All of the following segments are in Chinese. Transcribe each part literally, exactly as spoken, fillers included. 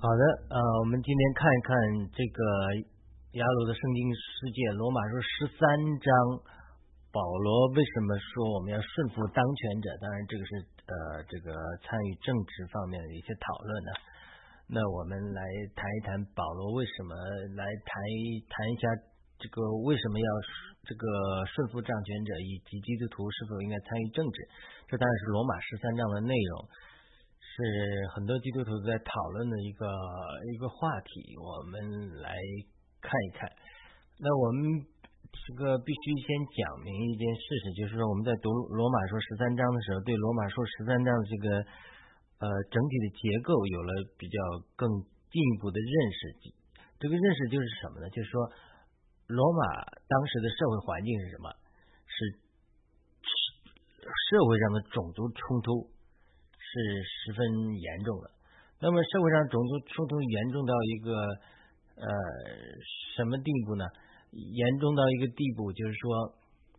好的，呃，我们今天看一看这个雅鲁的圣经世界，罗马书十三章，保罗为什么说我们要顺服当权者？当然，这个是呃这个参与政治方面的一些讨论呢。那我们来谈一谈保罗为什么来谈一谈一下这个为什么要这个顺服掌权者，以及基督徒是否应该参与政治？这当然是罗马十三章的内容。是很多基督徒在讨论的一个一个话题，我们来看一看。那我们这个必须先讲明一件事实，就是说我们在读罗马书十三章的时候，对罗马书十三章的这个呃整体的结构有了比较更进一步的认识。这个认识就是什么呢？就是说罗马当时的社会环境是什么？是社会上的种族冲突是十分严重的。那么社会上种族冲突严重到一个呃什么地步呢？严重到一个地步，就是说，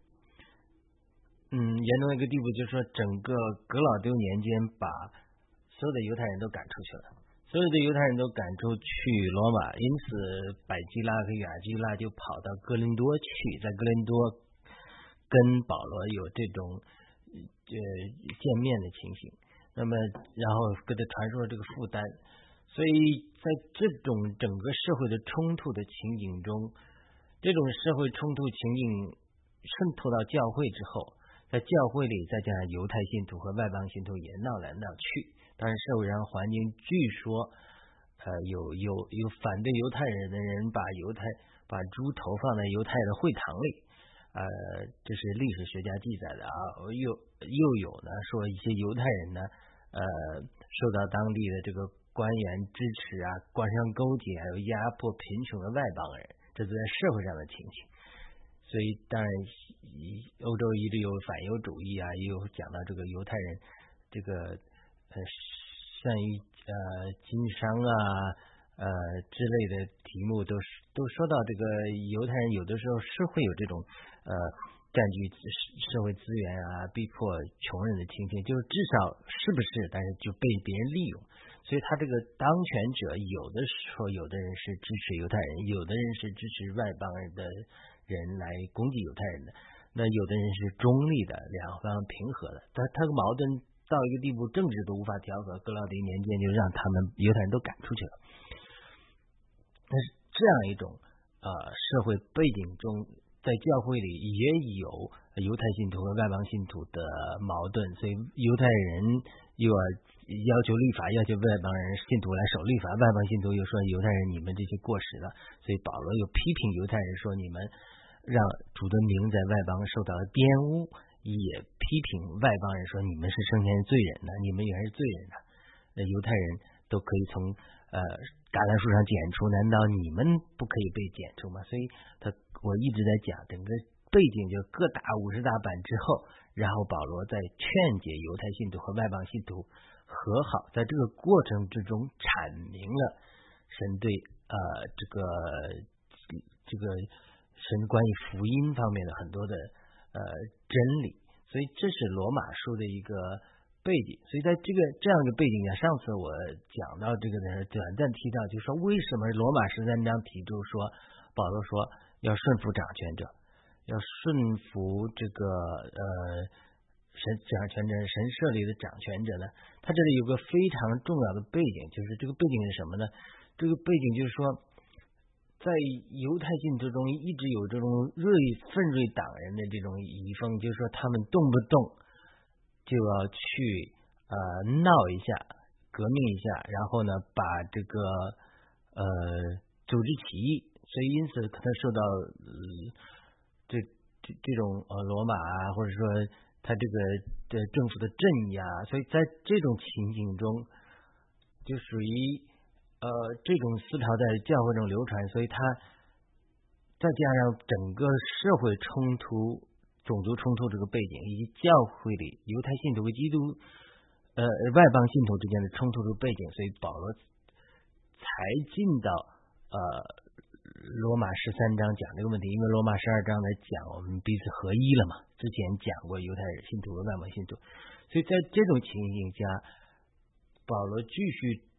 嗯，严重到一个地步，就是说，整个格老丢年间，把所有的犹太人都赶出去了，所有的犹太人都赶出去罗马，因此百基拉和亚基拉就跑到哥林多去，在哥林多跟保罗有这种呃见面的情形。那么，然后给他传授了这个负担，所以在这种整个社会的冲突的情景中，这种社会冲突情景渗透到教会之后，在教会里再加上犹太信徒和外邦信徒也闹来闹去。当然，社会上环境据说，呃，有有有反对犹太人的人把犹太把猪头放在犹太的会堂里。呃，这是历史学家记载的啊，又又有呢说一些犹太人呢，呃，受到当地的这个官员支持啊，官商勾结，还有压迫贫穷的外邦人，这是在社会上的情形。所以，当然，欧洲一直有反犹主义啊，也有讲到这个犹太人这个呃善于呃经商啊。呃，之类的题目都都说到这个犹太人有的时候是会有这种呃占据社会资源啊，逼迫穷人的情形，就是至少是不是，但是就被别人利用。所以他这个当权者有的时候，有的人是支持犹太人，有的人是支持外邦人的人来攻击犹太人的，那有的人是中立的，两方平和的。他他的矛盾到一个地步，政治都无法调和，哥老底年间就让他们犹太人都赶出去了。但是这样一种呃社会背景中，在教会里也有犹太信徒和外邦信徒的矛盾，所以犹太人又要要求律法，要求外邦人信徒来守律法，外邦信徒又说犹太人你们这些过时了，所以保罗又批评犹太人说你们让主的名在外邦受到了玷污，也批评外邦人说你们是生前罪人呢，你们原是罪人呢。那犹太人都可以从呃橄榄树上剪除，难道你们不可以被剪除吗？所以他我一直在讲整个背景，就各打五十大板之后，然后保罗在劝解犹太信徒和外邦信徒和好，在这个过程之中阐明了神对呃这个这个神关于福音方面的很多的呃真理，所以这是罗马书的一个背景。所以在这个这样一个背景下，上次我讲到这个的时候短暂提到，就是说为什么罗马十三章提出说保罗说要顺服掌权者，要顺服这个呃神掌权者，神设立的掌权者呢？他这里有个非常重要的背景，就是这个背景是什么呢？这个背景就是说，在犹太信徒中一直有这种锐奋锐党人的这种遗风，就是说他们动不动就要去呃闹一下，革命一下，然后呢把这个呃组织起义，所以因此可能受到呃这这这种呃罗马啊，或者说他这个的政府的镇压，所以在这种情景中，就属于呃这种思潮在教会中流传，所以他再加上整个社会冲突。种族冲突这个背景，以及教会里犹太信徒和基督呃外邦信徒之间的冲突这个背景，所以保罗才进到呃罗马十三章讲这个问题。因为罗马十二章来讲我们彼此合一了嘛，之前讲过犹太信徒和外邦信徒，所以在这种情形下，保罗继续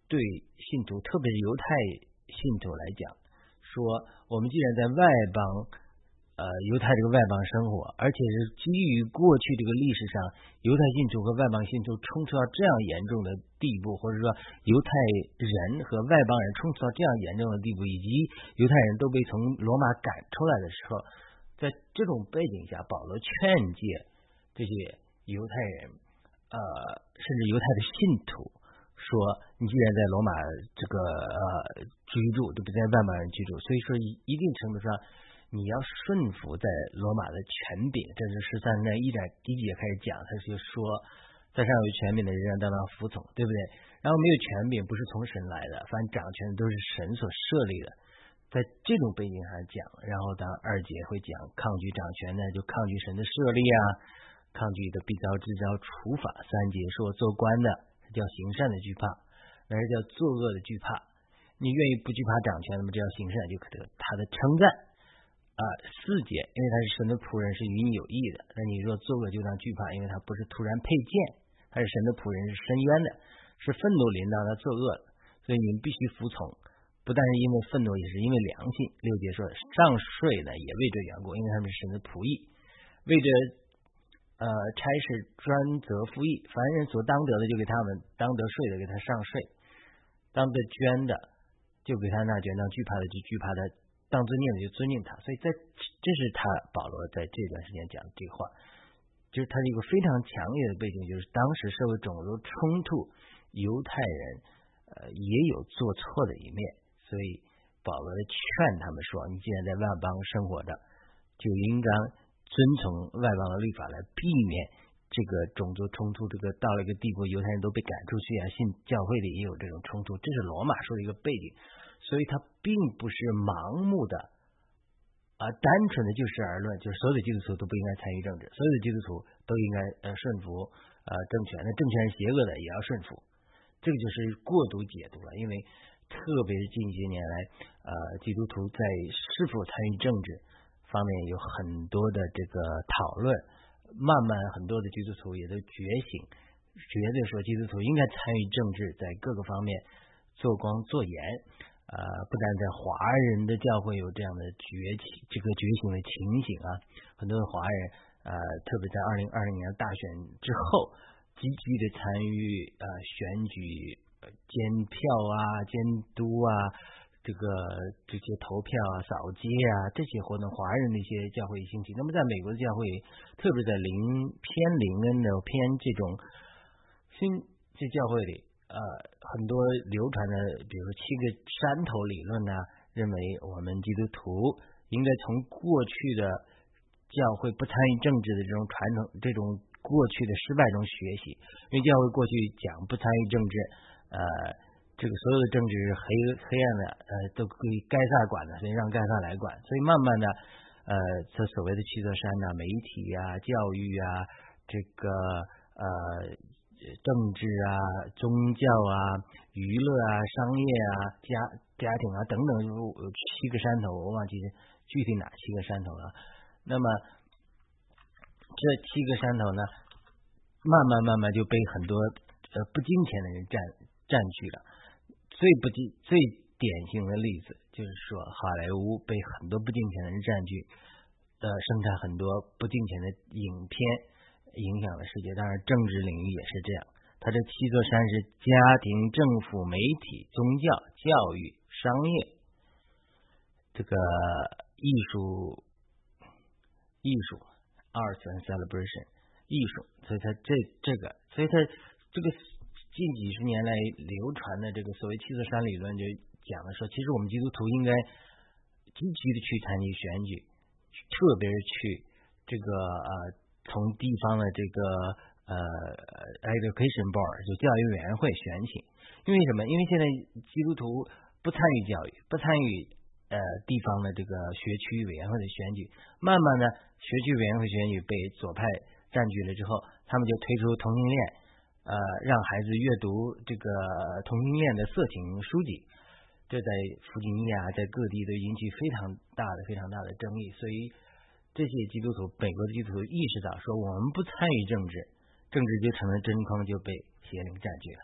对信徒，特别是犹太信徒来讲，说我们既然在外邦，呃，犹太这个外邦生活，而且是基于过去这个历史上犹太信徒和外邦信徒冲突到这样严重的地步，或者说犹太人和外邦人冲突到这样严重的地步，以及犹太人都被从罗马赶出来的时候，在这种背景下，保罗劝诫这些犹太人，呃，甚至犹太的信徒，说你既然在罗马这个呃居住，对不对？在外邦人居住，所以说一定程度上你要顺服在罗马的权柄。这是十三章一点第一节开始讲，他就说在上有权柄的人当当服从，对不对？然后没有权柄不是从神来的，反正掌权都是神所设立的。在这种背景下讲，然后当二节会讲抗拒掌权呢，就抗拒神的设立啊，抗拒的必遭之遭处罚。三节说做官的叫行善的惧怕，那是叫作恶的惧怕。你愿意不惧怕掌权，那么只要行善就可得他的称赞啊。四节，因为他是神的仆人，是与你有益的。那你若作恶就当惧怕，因为他不是突然佩剑，他是神的仆人，是深渊的，是愤怒临到他作恶的，所以你们必须服从。不但是因为愤怒，也是因为良心。六节说上税呢，也为这缘故，因为他们是神的仆役，为着呃差事专责服役，凡人所当得的就给他们，当得税的给他上税，当得捐的就给他纳捐，当惧怕的就惧怕他，当尊敬的就尊敬他。所以在这是他保罗在这段时间讲的这个话，就是他一个非常强烈的背景，就是当时社会种族冲突，犹太人呃也有做错的一面。所以保罗劝他们说，你既然在外邦生活着，就应当遵从外邦的律法，来避免这个种族冲突。这个到了一个地步，犹太人都被赶出去啊，信教会里也有这种冲突，这是罗马说的一个背景。所以他并不是盲目的啊，单纯的就事而论，就是所有的基督徒都不应该参与政治，所有的基督徒都应该呃顺服呃政权，那政权是邪恶的也要顺服，这个就是过度解读了。因为特别是近些年来，呃，基督徒在是否参与政治方面有很多的这个讨论，慢慢很多的基督徒也都觉醒，觉得说基督徒应该参与政治，在各个方面做光做盐。呃，不但在华人的教会有这样的崛起，这个觉醒的情形啊，很多的华人呃，特别在二零二零年大选之后，积极的参与呃选举。监票啊，监督啊，这个这些投票啊，扫街啊，这些活动，华人的一些教会兴起。那么在美国的教会，特别在灵偏灵恩的偏这种新这教会里，呃，很多流传的，比如说七个山头理论呢，认为我们基督徒应该从过去的教会不参与政治的这种传统，这种过去的失败中学习，因为教会过去讲不参与政治。呃，这个所有的政治是黑黑暗的，呃，都归该撒管的，所以让该撒来管。所以慢慢的，呃，这所谓的七座山呢，媒体啊、教育啊、这个呃政治啊、宗教啊、娱乐啊、商业啊、家家庭啊等等，七个山头，我忘记具体哪七个山头了。那么这七个山头呢，慢慢慢慢就被很多呃不金钱的人占。占据了。最不经最典型的例子就是说，好莱坞被很多不敬虔的人占据，呃，生产很多不敬虔的影片，影响了世界。当然，政治领域也是这样。它这七座山是家庭、政府、媒体、宗教、教育、商业，这个艺术、艺术 ，arts and celebration， 艺术。所以它这这个，所以它这个。近几十年来流传的这个所谓七座山理论，就讲了说，其实我们基督徒应该积极的去参与选举，特别是去这个呃从地方的这个呃 education board 就教育委员会选请。因为什么？因为现在基督徒不参与教育，不参与呃地方的这个学区委员会的选举，慢慢的学区委员会选举被左派占据了之后，他们就推出同性恋。呃，让孩子阅读这个同性恋的色情书籍，这在弗吉尼亚在各地都引起非常大的、非常大的争议。所以这些基督徒，美国的基督徒意识到说，我们不参与政治，政治就成了真空，就被邪灵占据了。所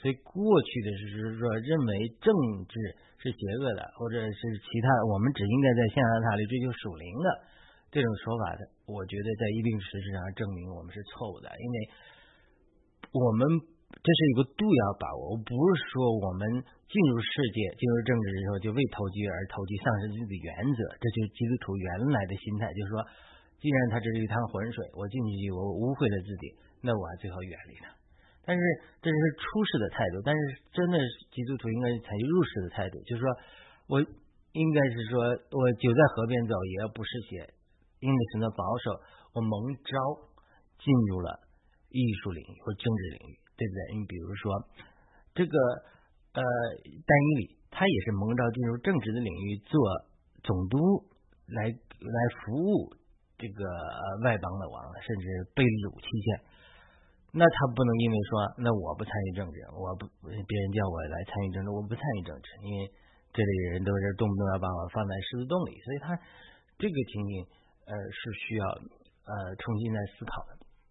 所以过去的是说认为政治是邪恶的，或者是其他我们只应该在象牙塔里追求属灵的这种说法的，我觉得在一定实质上证明我们是错误的，因为我们这是有个度要把握，不是说我们进入世界进入政治之后就为投机而投机，丧失自己的原则，这就是基督徒原来的心态，就是说既然它这是一滩浑水，我进去我污秽了自己，那我还最好远离它。但是这是出世的态度，但是真的基督徒应该采取入世的态度，就是说我应该是说我久在河边走也要不湿鞋，因为神的保守，我蒙召进入了艺术领域或政治领域，对不对？你比如说这个呃但以理他也是蒙召进入政治的领域做总督，来来服务这个、呃、外邦的王，甚至被掳期间，那他不能因为说那我不参与政治，我不别人叫我来参与政治，我不参与政治，因为这里人都是动不动要把我放在狮子洞里，所以他这个情景呃是需要呃重新来思考的。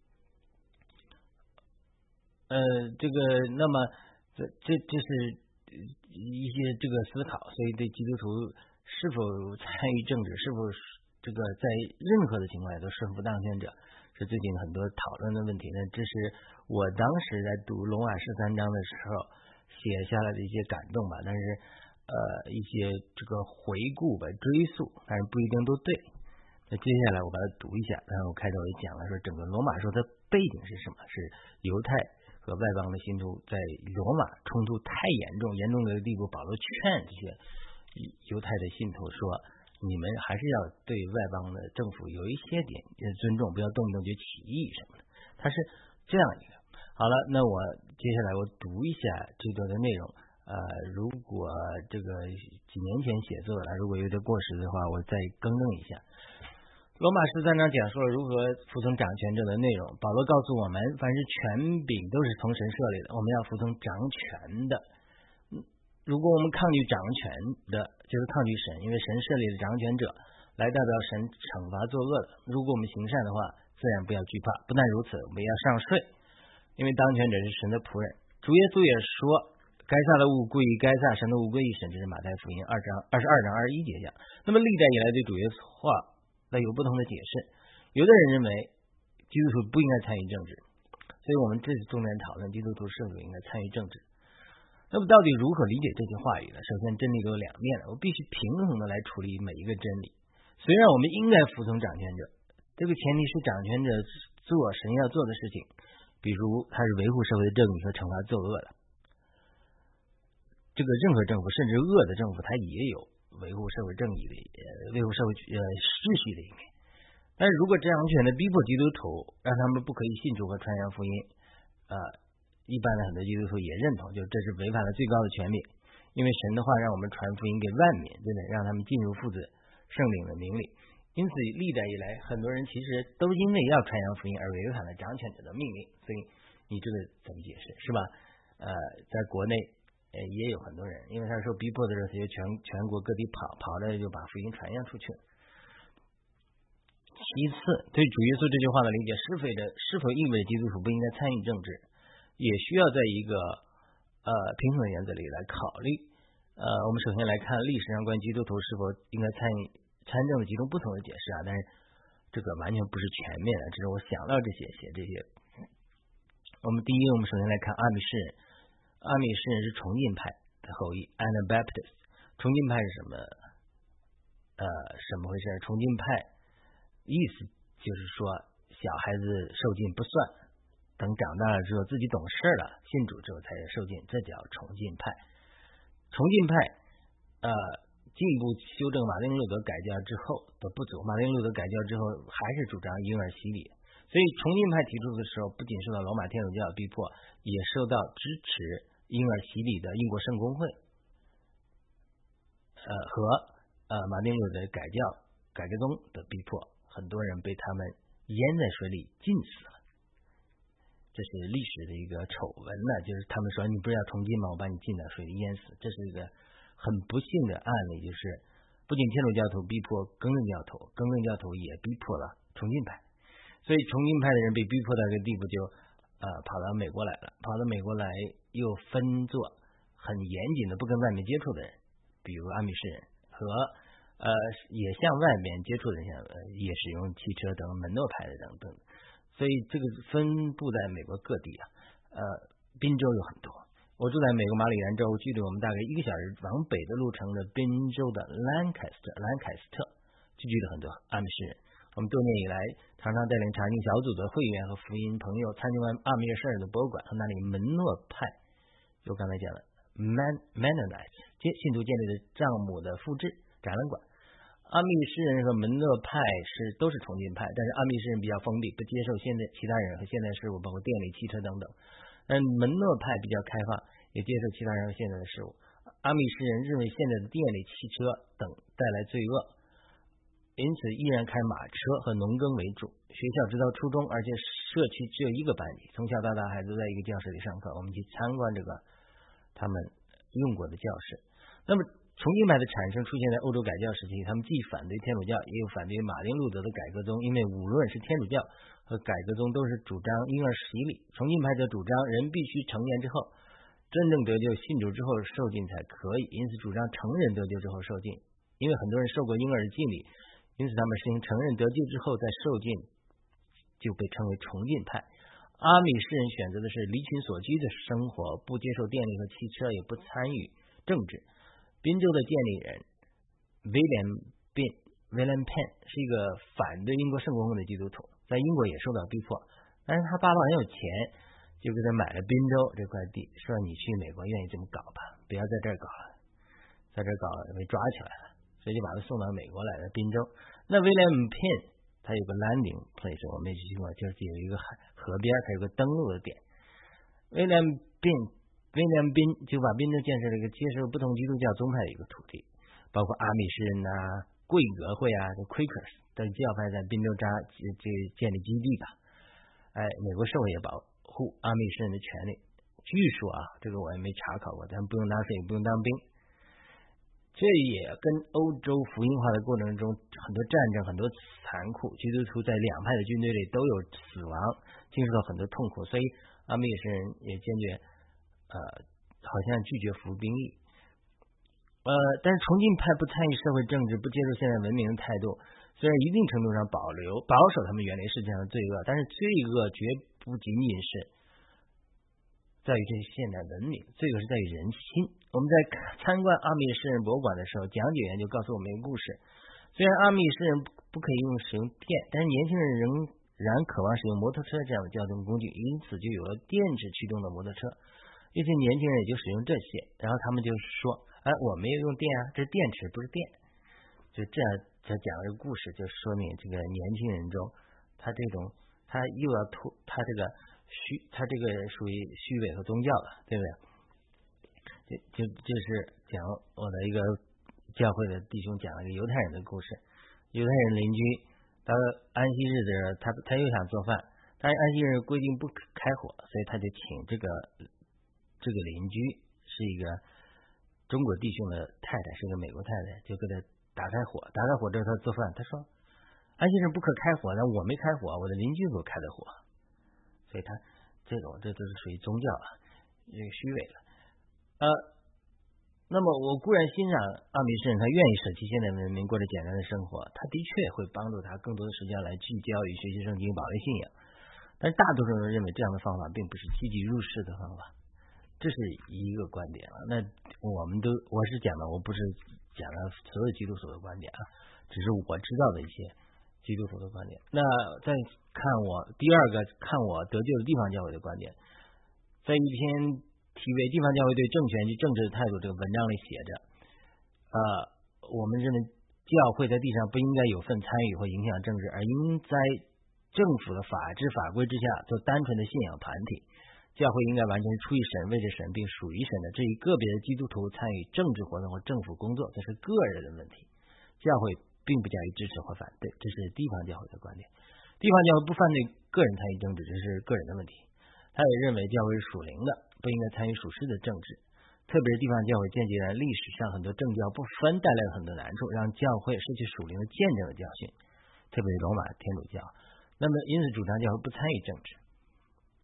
呃这个那么这这这是一些这个思考，所以对基督徒是否参与政治，是否这个在任何的情况下都顺服当权者，是最近很多讨论的问题呢。这是我当时在读罗马十三章的时候写下来的一些感动吧，但是呃一些这个回顾吧追溯，但是不一定都对。那接下来我把它读一下，然后我开头也讲了说整个罗马书的背景是什么，是犹太和外邦的信徒在罗马冲突太严重，严重的地步，保罗劝这些犹太的信徒说，你们还是要对外邦的政府有一些点尊重，不要动不动就起义什么的。它是这样一个。好了，那我接下来我读一下这段的内容。呃，如果这个几年前写作的，如果有点过时的话，我再更正一下。罗马十三章讲述了如何服从掌权者的内容。保罗告诉我们，凡是权柄都是从神设立的，我们要服从掌权的。如果我们抗拒掌权的，就是抗拒神，因为神设立的掌权者来代表神惩罚作恶的。如果我们行善的话，自然不要惧怕。不但如此，我们要上税，因为当权者是神的仆人。主耶稣也说，该撒的物归于该撒，神的物归于神，这是马太福音二章二十二章二十一节讲。那么历代以来对主耶稣话那有不同的解释，有的人认为基督徒不应该参与政治，所以我们这次重点讨论基督徒是否应该参与政治。那么到底如何理解这些话语呢？首先，真理都有两面的，我必须平衡的来处理每一个真理。虽然我们应该服从掌权者，这个前提是掌权者做神要做的事情，比如他是维护社会的正义和惩罚作恶的。这个任何政府，甚至恶的政府，他也有维护社会正义的、呃、维护社会呃秩序的一面。但是如果掌权的逼迫基督徒，让他们不可以信主和传扬福音，呃。一般的很多基督徒也认同，就这是违反了最高的权柄，因为神的话让我们传福音给万民，对不对？让他们进入父子圣灵的名里。因此历代以来，很多人其实都因为要传扬福音而违反了掌权者的命令。所以你这个怎么解释，是吧？呃，在国内呃也有很多人，因为他受逼迫的时候，他就全全国各地跑，跑了就把福音传扬出去了。其次，对主耶稣这句话的理解，是否的是否意味着基督徒不应该参与政治？也需要在一个呃平衡的原则里来考虑。呃，我们首先来看历史上关于基督徒是否应该参与参政的几种不同的解释啊，但是这个完全不是全面的，只是我想到这些写这些。我们第一，我们首先来看阿米士人，阿米士人是重进派的后裔 Anabaptist。重进派是什么？呃，什么回事？重进派意思就是说小孩子受浸不算。等长大了之后，自己懂事了，信主之后才受浸，这叫重进派。重进派，呃，进一步修正马丁路德改教之后的不足。马丁路德改教之后，还是主张婴儿洗礼，所以重进派提出的时候，不仅受到罗马天主教的逼迫，也受到支持婴儿洗礼的英国圣公会，呃和呃马丁路德改教改革宗的逼迫，很多人被他们淹在水里浸死了。这是历史的一个丑闻呢，就是他们说你不是要重进吗？我把你浸到水里淹死。这是一个很不幸的案例，就是不仅天主教徒逼迫更正教徒，更正教徒也逼迫了重进派，所以重进派的人被逼迫到这个地步就，呃呃跑到美国来了，跑到美国来又分作很严谨的不跟外面接触的人，比如阿米士人和呃也向外面接触的人，呃也使用汽车等门诺派的等等，所以这个分布在美国各地啊，呃宾州有很多。我住在美国马里兰州，距离我们大概一个小时往北的路程的宾州的兰开斯特，兰开斯特聚集了很多阿米士人。我们多年以来常常带领查经小组的会员和福音朋友参观阿米士人的博物馆和那里门诺派，就刚才讲的 Man Mennonites 信徒建立的帐幕的复制展览馆。阿密士人和门诺派是都是重进派，但是阿密士人比较封闭，不接受现在其他人和现代事物，包括电力、汽车等等。但门诺派比较开放，也接受其他人和现在的事物。阿密士人认为现在的电力、汽车等带来罪恶，因此依然开马车和农耕为主。学校直到初中，而且社区只有一个班级，从小到大孩子在一个教室里上课。我们去参观这个他们用过的教室。那么重进派的产生出现在欧洲改教时期，他们既反对天主教，也有反对马丁路德的改革宗，因为无论是天主教和改革宗都是主张婴儿洗礼，重进派则主张人必须成年之后真正得救，信主之后受浸才可以，因此主张成人得救之后受浸。因为很多人受过婴儿的浸礼，因此他们实行成人得救之后再受浸，就被称为重进派。阿米士人选择的是离群所居的生活，不接受电力和汽车，也不参与政治。宾州的建立人 William Penn William Penn 是一个反对英国圣公会的基督徒，在英国也受到逼迫，但是他爸爸很有钱，就给他买了宾州这块地，说你去美国愿意这么搞吧，不要在这儿搞了，在这儿搞被抓起来了，所以就把他送到美国来了宾州。那 William Penn 他有个 landing place， 我们也去过，就是有一个河边，他有个登陆的点。William Penn威廉宾就把宾州建设了一个接受不同基督教宗派的一个土地，包括阿米士人呐、贵格会啊、Quakers 等教派在宾州扎这建立基地吧。哎，美国社会也保护阿米士人的权利。据说啊，这个我也没查考过，但不用纳税，也不用当兵。这也跟欧洲福音化的过程中很多战争、很多残酷，基督徒在两派的军队里都有死亡，经受到很多痛苦，所以阿米士人也坚决。呃，好像拒绝服兵役，呃，但是重进派不参与社会政治，不接受现在文明的态度，虽然一定程度上保留保守他们原来世界上的罪恶，但是罪恶绝不仅仅是在于这些现代文明，罪恶是在于人心。我们在参观阿米士人博物馆的时候，讲解员就告诉我们一个故事，虽然阿米士人不可以用使用电，但是年轻人仍然渴望使用摩托车这样的交通工具，因此就有了电池驱动的摩托车。一些年轻人也就使用这些，然后他们就说：“哎，我没有用电啊，这是电池，不是电。”就这样，他讲了个故事，就说明这个年轻人中，他这种他又要突他这个虚，他这个属于虚伪和宗教了，对不对？就就就是讲我的一个教会的弟兄讲了一个犹太人的故事，犹太人邻居到安息日的时候，他他又想做饭，但是安息日规定不可开火，所以他就请这个。这个邻居是一个中国弟兄的太太，是一个美国太太，就给他打开火，打开火之后他做饭，他说安息日不可开火，那我没开火，我的邻居给我开的火，所以他这种这都是属于宗教了，这个虚伪了。呃，那么我固然欣赏阿米士人，他愿意舍弃现代文明，过着简单的生活，他的确会帮助他更多的时间来聚焦与学习圣经、保卫信仰，但是大多数人认为这样的方法并不是积极入世的方法。这是一个观点啊，那我们都我是讲的，我不是讲了所有基督徒的观点啊，只是我知道的一些基督徒的观点。那再看我第二个看我得救的地方教会的观点，在一篇题为《地方教会对政权及政治的态度》这个文章里写着，呃，我们认为教会在地上不应该有份参与或影响政治，而应在政府的法治法规之下做单纯的信仰团体。教会应该完全出于神，为着神，并属于神的。至于个别的基督徒参与政治活动或政府工作，这是个人的问题，教会并不加以支持或反对，这是地方教会的观点。地方教会不反对个人参与政治，这是个人的问题。他也认为教会是属灵的，不应该参与属世的政治，特别是地方教会间接在历史上很多政教不分带来了很多难处，让教会失去属灵的见证的教训，特别是罗马天主教。那么因此主张教会不参与政治。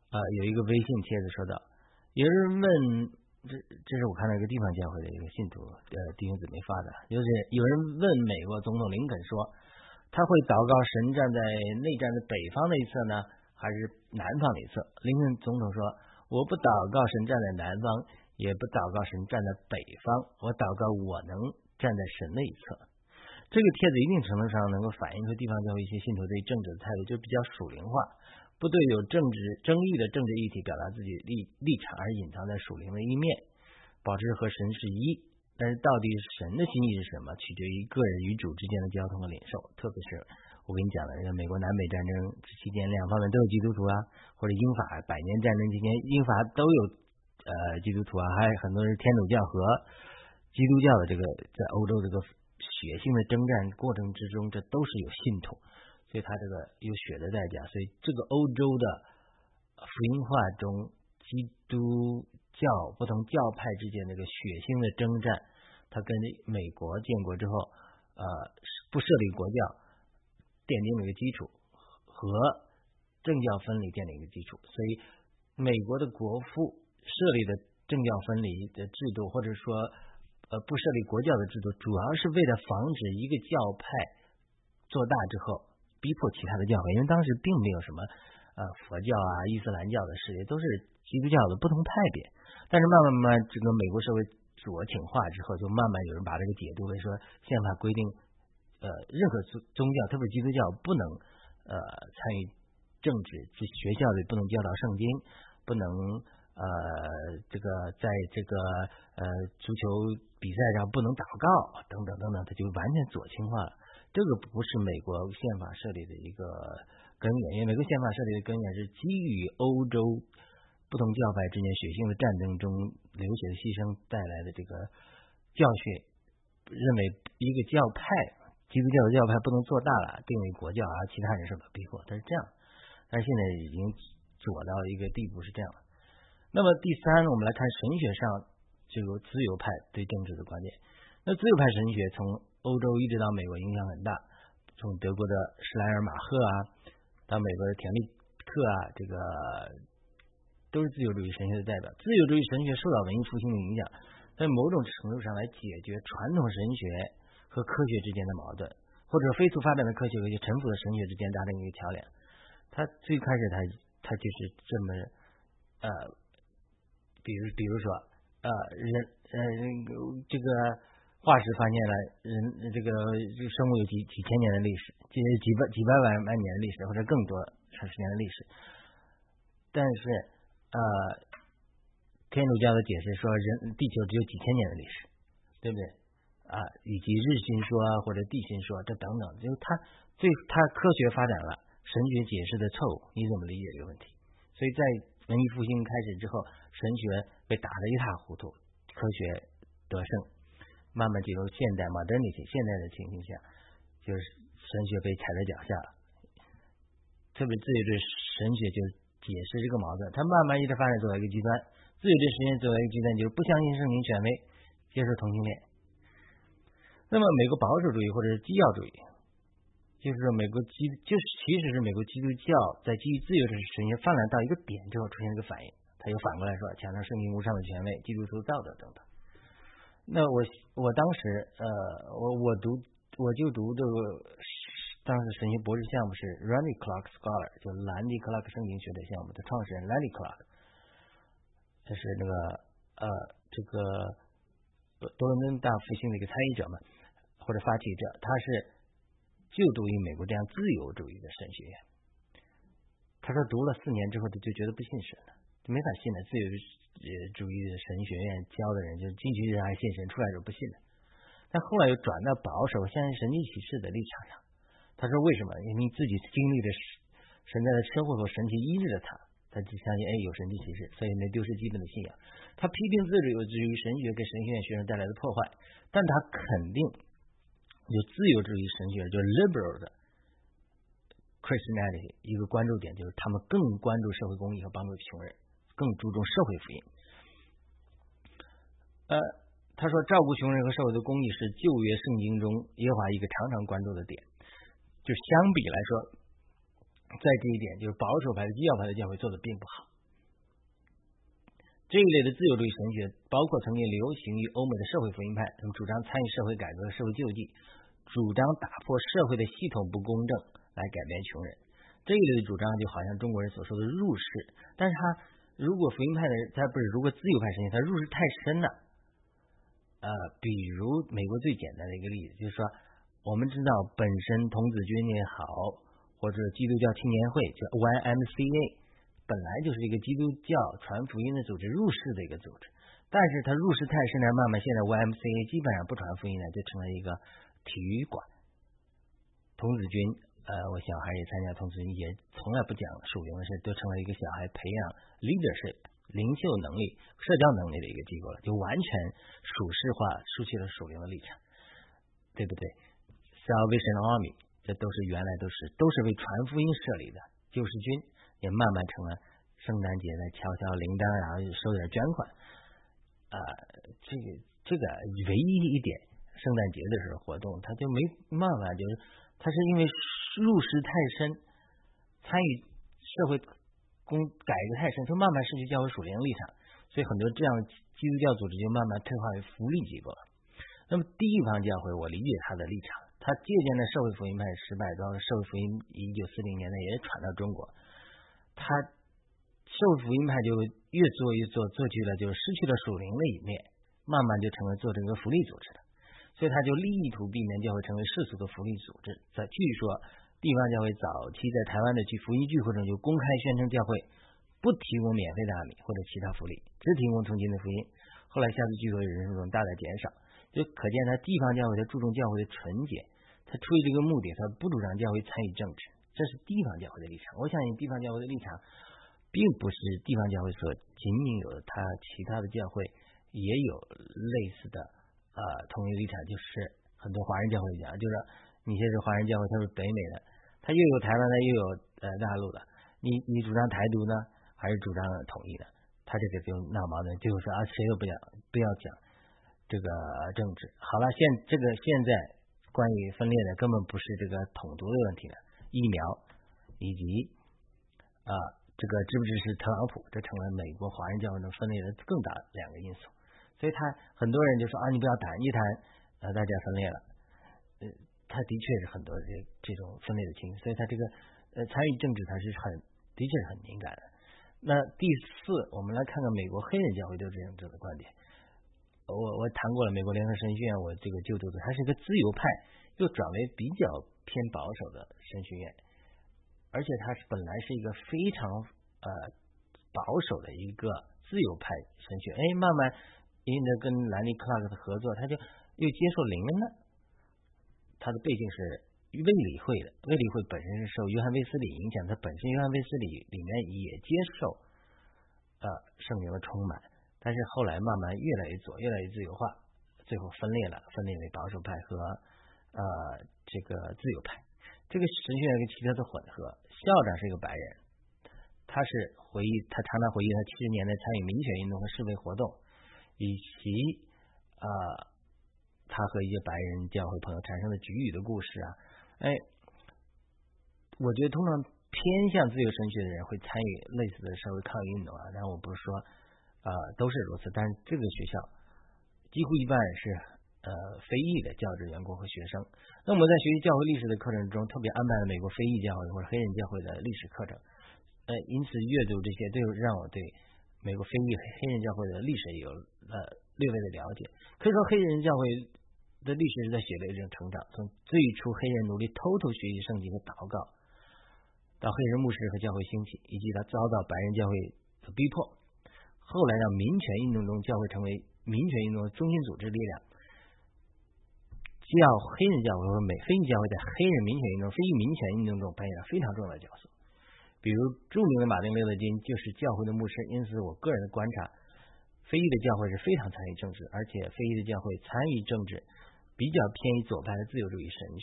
呃，有一个微信帖子说到，有人问，这这是我看到一个地方教会的一个信徒呃弟兄姊妹发的，就是有人问美国总统林肯说，他会祷告神站在内战的北方的一侧呢，还是南方的一侧？林肯总统说，我不祷告神站在南方，也不祷告神站在北方，我祷告我能站在神的一侧。这个帖子一定程度上能够反映出地方教会一些信徒对政治的态度，就比较属灵化，不对有政治争议的政治议题表达自己立立场，而隐藏在属灵的一面，保持和神是一。但是到底神的心意是什么，取决于个人与主之间的交通和领受。特别是我跟你讲的这个美国南北战争期间，两方面都有基督徒啊，或者英法百年战争期间，英法都有呃基督徒啊，还有很多是天主教和基督教的这个在欧洲这个血腥的征战过程之中，这都是有信徒，所以他这个有血的代价。所以这个欧洲的福音化中，基督教不同教派之间这个血腥的征战，他跟美国建国之后呃不设立国教奠定了一个基础，和政教分离奠定一个基础。所以美国的国父设立的政教分离的制度，或者说呃，不设立国教的制度，主要是为了防止一个教派做大之后逼迫其他的教会，因为当时并没有什么呃佛教啊、伊斯兰教的势力，都是基督教的不同派别。但是慢慢慢慢，这个美国社会左倾化之后，就慢慢有人把这个解读为说，宪法规定呃任何宗教，特别是基督教不能呃参与政治，学校里不能教导圣经，不能呃，这个在这个呃足球比赛上不能祷告等等等等，它就完全左倾化了。这个不是美国宪法设立的一个根源，因为美国宪法设立的根源是基于欧洲不同教派之间血腥的战争中流血的牺牲带来的这个教训，认为一个教派，基督教的教派不能做大了，定为国教啊，其他人受到逼迫，它是这样。但是现在已经左到一个地步是这样的。那么第三，我们来看神学上这个自由派对政治的观点。那自由派神学从欧洲一直到美国影响很大，从德国的施莱尔马赫啊，到美国的田利克啊，这个都是自由主义神学的代表。自由主义神学受到文艺复兴的影响，在某种程度上来解决传统神学和科学之间的矛盾，或者飞速发展的科学和一些陈腐的神学之间达成一个桥梁。他最开始他他就是这么呃。比如，比如说，呃，人，呃，这个化石发现了人，这个这个生物有几几千年的历史，几几百几百万万年的历史，或者更多长时间的历史。但是，呃，天主教的解释说，人地球只有几千年的历史，对不对？啊，以及日心说或者地心说，这等等，就是它最它科学发展了，神学解释的错误，你怎么理解这个问题？所以在文艺复兴开始之后，神学被打得一塌糊涂，科学得胜，慢慢进入现代 modernity 现代的情形下，就是神学被踩在脚下了。特别自由主义神学就解释这个矛盾，它慢慢一直发展作为一个极端。自由主义神学作为一个极端，就是不相信圣经权威，接受同性恋。那么美国保守主义或者是基要主义，就是说美国基就是其实是美国基督教在基于自由主义神学泛滥到一个点之后出现一个反应，它又反过来说强调圣经无上的权威、基督徒道德等等。那我我当时呃我我读我就读这个当时神学博士项目是 Randy Clark Scholar， 就兰迪克拉克圣经学的项目的创始人 Randy Clark， 这是那个呃这个多伦多大复兴的一个参与者嘛，或者发起者，他是就读于美国这样自由主义的神学院。他说读了四年之后，他就觉得不信神了，就没法信了。自由主义的神学院教的人，就进去还信神，出来就不信了。但后来又转到保守相信神迹启示的立场上。他说为什么？因为你自己经历了神在的车祸和神奇医治了他，他只相信哎有神迹启示，所以没丢失基本的信仰。他批评自由主义神学给神学院学生带来的破坏，但他肯定就自由主义神学，就是 liberal 的 Christianity 一个关注点，就是他们更关注社会公益和帮助穷人，更注重社会福音。呃，他说照顾穷人和社会的公益是旧约圣经中耶和华一个常常关注的点。就相比来说，在这一点，就是保守派的基要派的教会做的并不好。 这一类的自由主义神学包括曾经流行于欧美的社会福音派，他们主张参与社会改革、社会救济，主张打破社会的系统不公正来改变穷人。这一类的主张就好像中国人所说的入世，但是他如果福音派的他不是如果自由派神学他入世太深了。呃，比如美国最简单的一个例子，就是说我们知道本身童子军也好，或者基督教青年会叫 Y M C A， 本来就是一个基督教传福音的组织，入世的一个组织，但是它入世太深了，慢慢现在 Y M C A 基本上不传福音了，就成了一个体育馆。童子军呃，我小孩也参加童子军，也从来不讲属灵的事，都成为一个小孩培养 leadership领袖能力、社交能力的一个机构了，就完全属世化，失去了属灵的立场，对不对 ？Salvation Army 这都是原来都是都是为传福音设立的救世军，也慢慢成了圣诞节的敲敲铃铛，然后收点捐款。啊、呃，这个这个唯一一点，圣诞节的时候活动，他就没办法，就是他是因为入世太深，参与社会公改革太深，就慢慢失去教会属灵立场，所以很多这样基督教组织就慢慢退化为福利机构了。那么地方教会，我理解他的立场，他借鉴了社会福音派失败到了社会福音，一九四零年代也传到中国，他社会福音派就越做越做，做去了就失去了属灵的一面，慢慢就成为做这个福利组织的，所以他就力图避免教会成为世俗的福利组织。在据说地方教会早期在台湾的聚福音聚会中就公开宣称教会不提供免费的阿米或者其他福利，只提供从今的福音。后来下次聚会人数中大大减少，就可见他地方教会他注重教会的纯洁，他出于这个目的，他不主张教会参与政治，这是地方教会的立场。我相信地方教会的立场并不是地方教会所仅仅有的，他其他的教会也有类似的呃同一立场，就是很多华人教会讲，就是你现在是华人教会，他是北美的，他又有台湾的，又有呃大陆的，你你主张台独呢，还是主张统一的？他这个就闹矛盾，就是说啊，谁都不讲，不要讲这个政治。好了，现这个现在关于分裂的根本不是这个统独的问题了，疫苗以及啊、呃、这个支不支持特朗普，这成了美国华人教会中分裂的更大两个因素。所以他很多人就说啊，你不要谈一谈，呃，大家分裂了，呃。他的确是很多这这种分类的情绪，所以他这个呃参与政治他是很的确是很敏感的。那第四，我们来看看美国黑人教会对这样这的观点。我我谈过了美国联合神学院，我这个就读的，它是一个自由派，又转为比较偏保守的神学院，而且它是本来是一个非常呃保守的一个自由派神学，哎，慢慢因为跟兰尼克拉克的合作，他就又接受灵恩了。他的背景是卫理会的，卫理会本身是受约翰卫斯理影响，他本身约翰卫斯理里面也接受呃圣灵的充满，但是后来慢慢越来越左，越来越自由化，最后分裂了，分裂为保守派和呃这个自由派。这个神学院跟其他的混合，校长是一个白人，他是回忆，他常常回忆他七十年代参与民权运动和示威活动，以及呃。他和一些白人教会朋友产生的举语的故事啊，哎，我觉得通常偏向自由神学的人会参与类似的社会抗议运动啊，但我不是说呃都是如此，但是这个学校几乎一半是呃非裔的教职员工和学生。那我们在学习教会历史的课程中，特别安排了美国非裔教会或者黑人教会的历史课程，呃，因此阅读这些，对让我对美国非裔黑人教会的历史有呃略微的了解。可以说黑人教会的历史是在血泪中成长，从最初黑人努力偷偷学习圣经和祷告，到黑人牧师和教会兴起，以及他遭到白人教会的逼迫，后来让民权运动中教会成为民权运动的中心组织力量。教黑人教会和美非裔教会在黑人民权运动、非裔民权运动中扮演了非常重要的角色。比如著名的马丁·路德·金就是教会的牧师，因此我个人的观察，非裔的教会是非常参与政治，而且非裔的教会参与政治比较偏于左派的自由主义神学。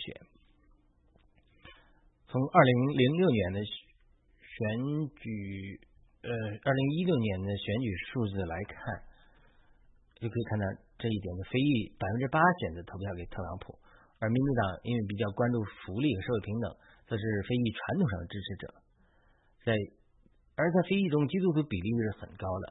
从二零零六年的选举，呃，二零一六年的选举数字来看，就可以看到这一点的非裔百分之八选择投票给特朗普，而民主党因为比较关注福利和社会平等，则是非裔传统上的支持者。在而在非裔中，基督徒比例是很高的。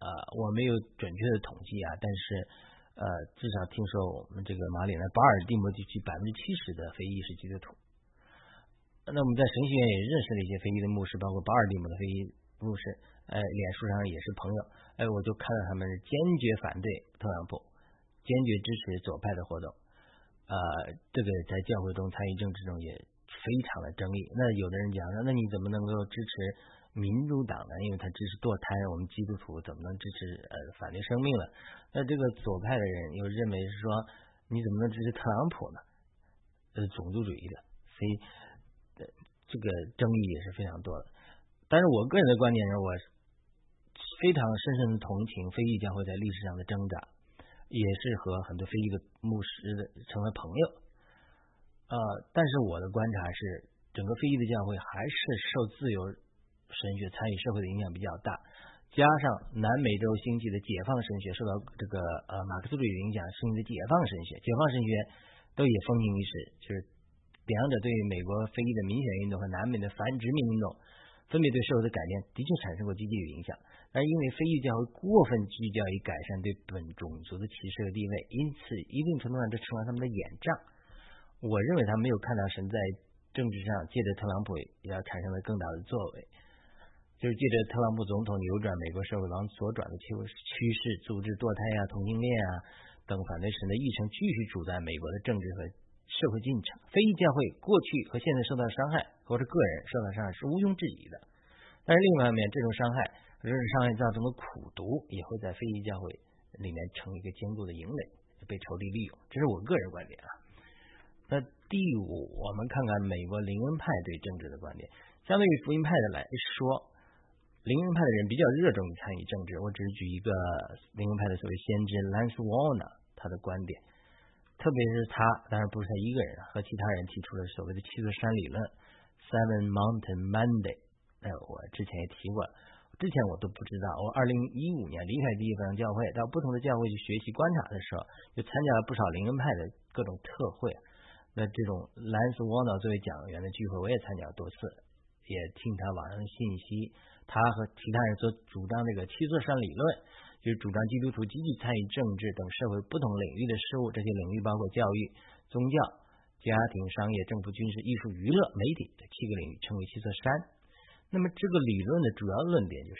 呃，我没有准确的统计啊，但是呃，至少听说我们这个马里兰巴尔的摩地区百分之七十的非裔是基督徒。那我们在神学院也认识了一些非裔的牧师，包括巴尔的摩的非裔牧师，哎，脸书上也是朋友，哎，我就看到他们是坚决反对特朗普，坚决支持左派的活动，呃，这个在教会中参与政治中也非常的争议。那有的人讲说，那你怎么能够支持民主党呢？因为他支持堕胎，我们基督徒怎么能支持呃反对生命了？那这个左派的人又认为是说，你怎么能支持特朗普呢？这是种族主义的，所以呃这个争议也是非常多的。但是我个人的观点是，我非常深深的同情非裔教会在历史上的挣扎，也是和很多非裔的牧师的成为朋友。呃，但是我的观察是，整个非裔的教会还是受自由神学参与社会的影响比较大，加上南美洲兴起的解放神学受到这个呃马克思主义的影响，兴起的解放神学，解放神学都也风行一时，就是两者对美国非裔的民选运动和南美的反殖民运动分别对社会的改变的确产生过积极的影响，但是因为非裔教会过分聚焦于改善对本种族的歧视和地位，因此一定程度上这成了他们的眼障。我认为他没有看到神在政治上借着特朗普要产生的更大的作为，就是借着特朗普总统扭转美国社会往左转的趋势，阻止堕胎啊、同性恋啊等反对神的议程继续主宰美国的政治和社会进程。非裔教会过去和现在受到伤害，或者个人受到伤害是毋庸置疑的，但是另一方面，这种伤害这种伤害造成的苦毒也会在非裔教会里面成一个坚固的营垒，被仇敌利用，这是我个人观点啊。那第五，我们看看美国灵恩派对政治的观点。相对于福音派的来说，灵恩派的人比较热衷于参与政治。我只是举一个灵恩派的所谓先知 Lance Warner 他的观点，特别是他，当然不是他一个人，和其他人提出了所谓的七座山理论 Seven Mountain Mandate。哎，我之前也提过，之前我都不知道。我二零一五年离开第一方教会，到不同的教会去学习观察的时候，就参加了不少灵恩派的各种特会。那这种兰斯沃纳作为讲员的聚会，我也参加了多次，也听他网上的信息。他和其他人所主张这个七座山理论，就是主张基督徒积极参与政治等社会不同领域的事务，这些领域包括教育、宗教、家庭、商业、政府、军事、艺术、娱乐、媒体这七个领域，称为七座山。那么这个理论的主要论点就是，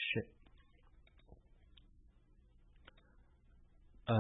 呃，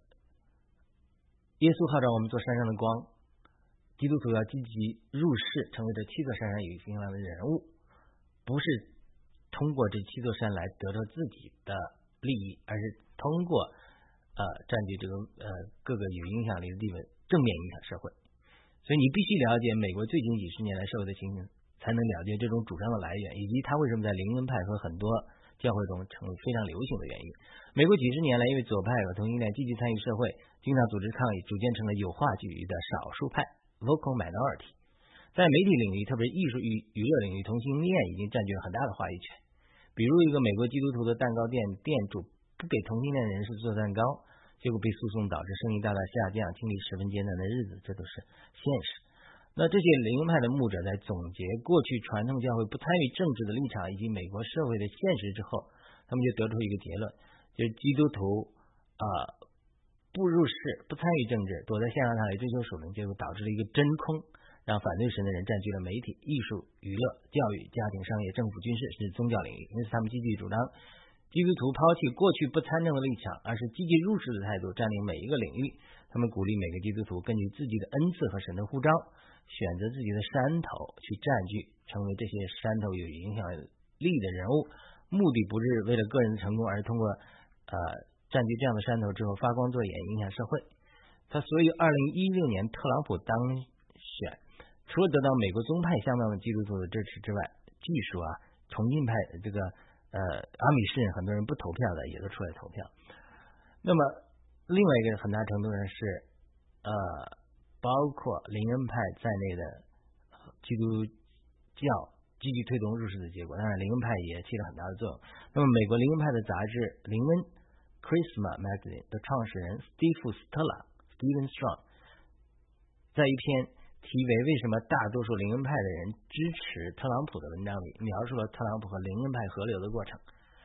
耶稣号召我们做山上的光，基督徒要积极入世，成为这七座山上有形象的人物，不是通过这七座山来得到自己的利益，而是通过呃占据这个呃各个有影响力的地位，正面影响社会。所以你必须了解美国最近几十年来社会的情形，才能了解这种主张的来源，以及它为什么在灵恩派和很多教会中成为非常流行的原因。美国几十年来，因为左派和同性恋积极参与社会，经常组织抗议，逐渐成了有话剧的少数派 （vocal minority）。在媒体领域，特别是艺术与娱乐领域，同性恋已经占据了很大的话语权。比如一个美国基督徒的蛋糕店店主不给同性恋人士做蛋糕，结果被诉讼导致生意大大下降，经历十分艰难的日子，这都是现实。那这些灵恩派的牧者在总结过去传统教会不参与政治的立场以及美国社会的现实之后，他们就得出一个结论，就是基督徒啊、呃、不入世，不参与政治，躲在象牙塔里追求属灵，结果导致了一个真空，让反对神的人占据了媒体、艺术、娱乐、教育、家庭、商业、政府、军事甚至宗教领域。因此他们积极主张基督徒抛弃过去不参政的立场，而是积极入世的态度，占领每一个领域。他们鼓励每个基督徒根据自己的恩赐和神的呼召，选择自己的山头去占据，成为这些山头有影响力的人物。目的不是为了个人的成功，而是通过呃占据这样的山头之后发光作眼，影响社会。他所以二零一六年特朗普当选，除了得到美国宗派相当的基督徒的支持之外，据说啊，重庆派这个呃阿米什人很多人不投票的也都出来投票。那么另外一个很大程度上是呃包括灵恩派在内的基督教积极推动入世的结果，当然灵恩派也起了很大的作用。那么美国灵恩派的杂志灵恩 Christmas Magazine 的创始人 Steve Stella Steven Strong 在一篇题为为什么大多数灵恩派的人支持特朗普的文章里，描述了特朗普和灵恩派合流的过程。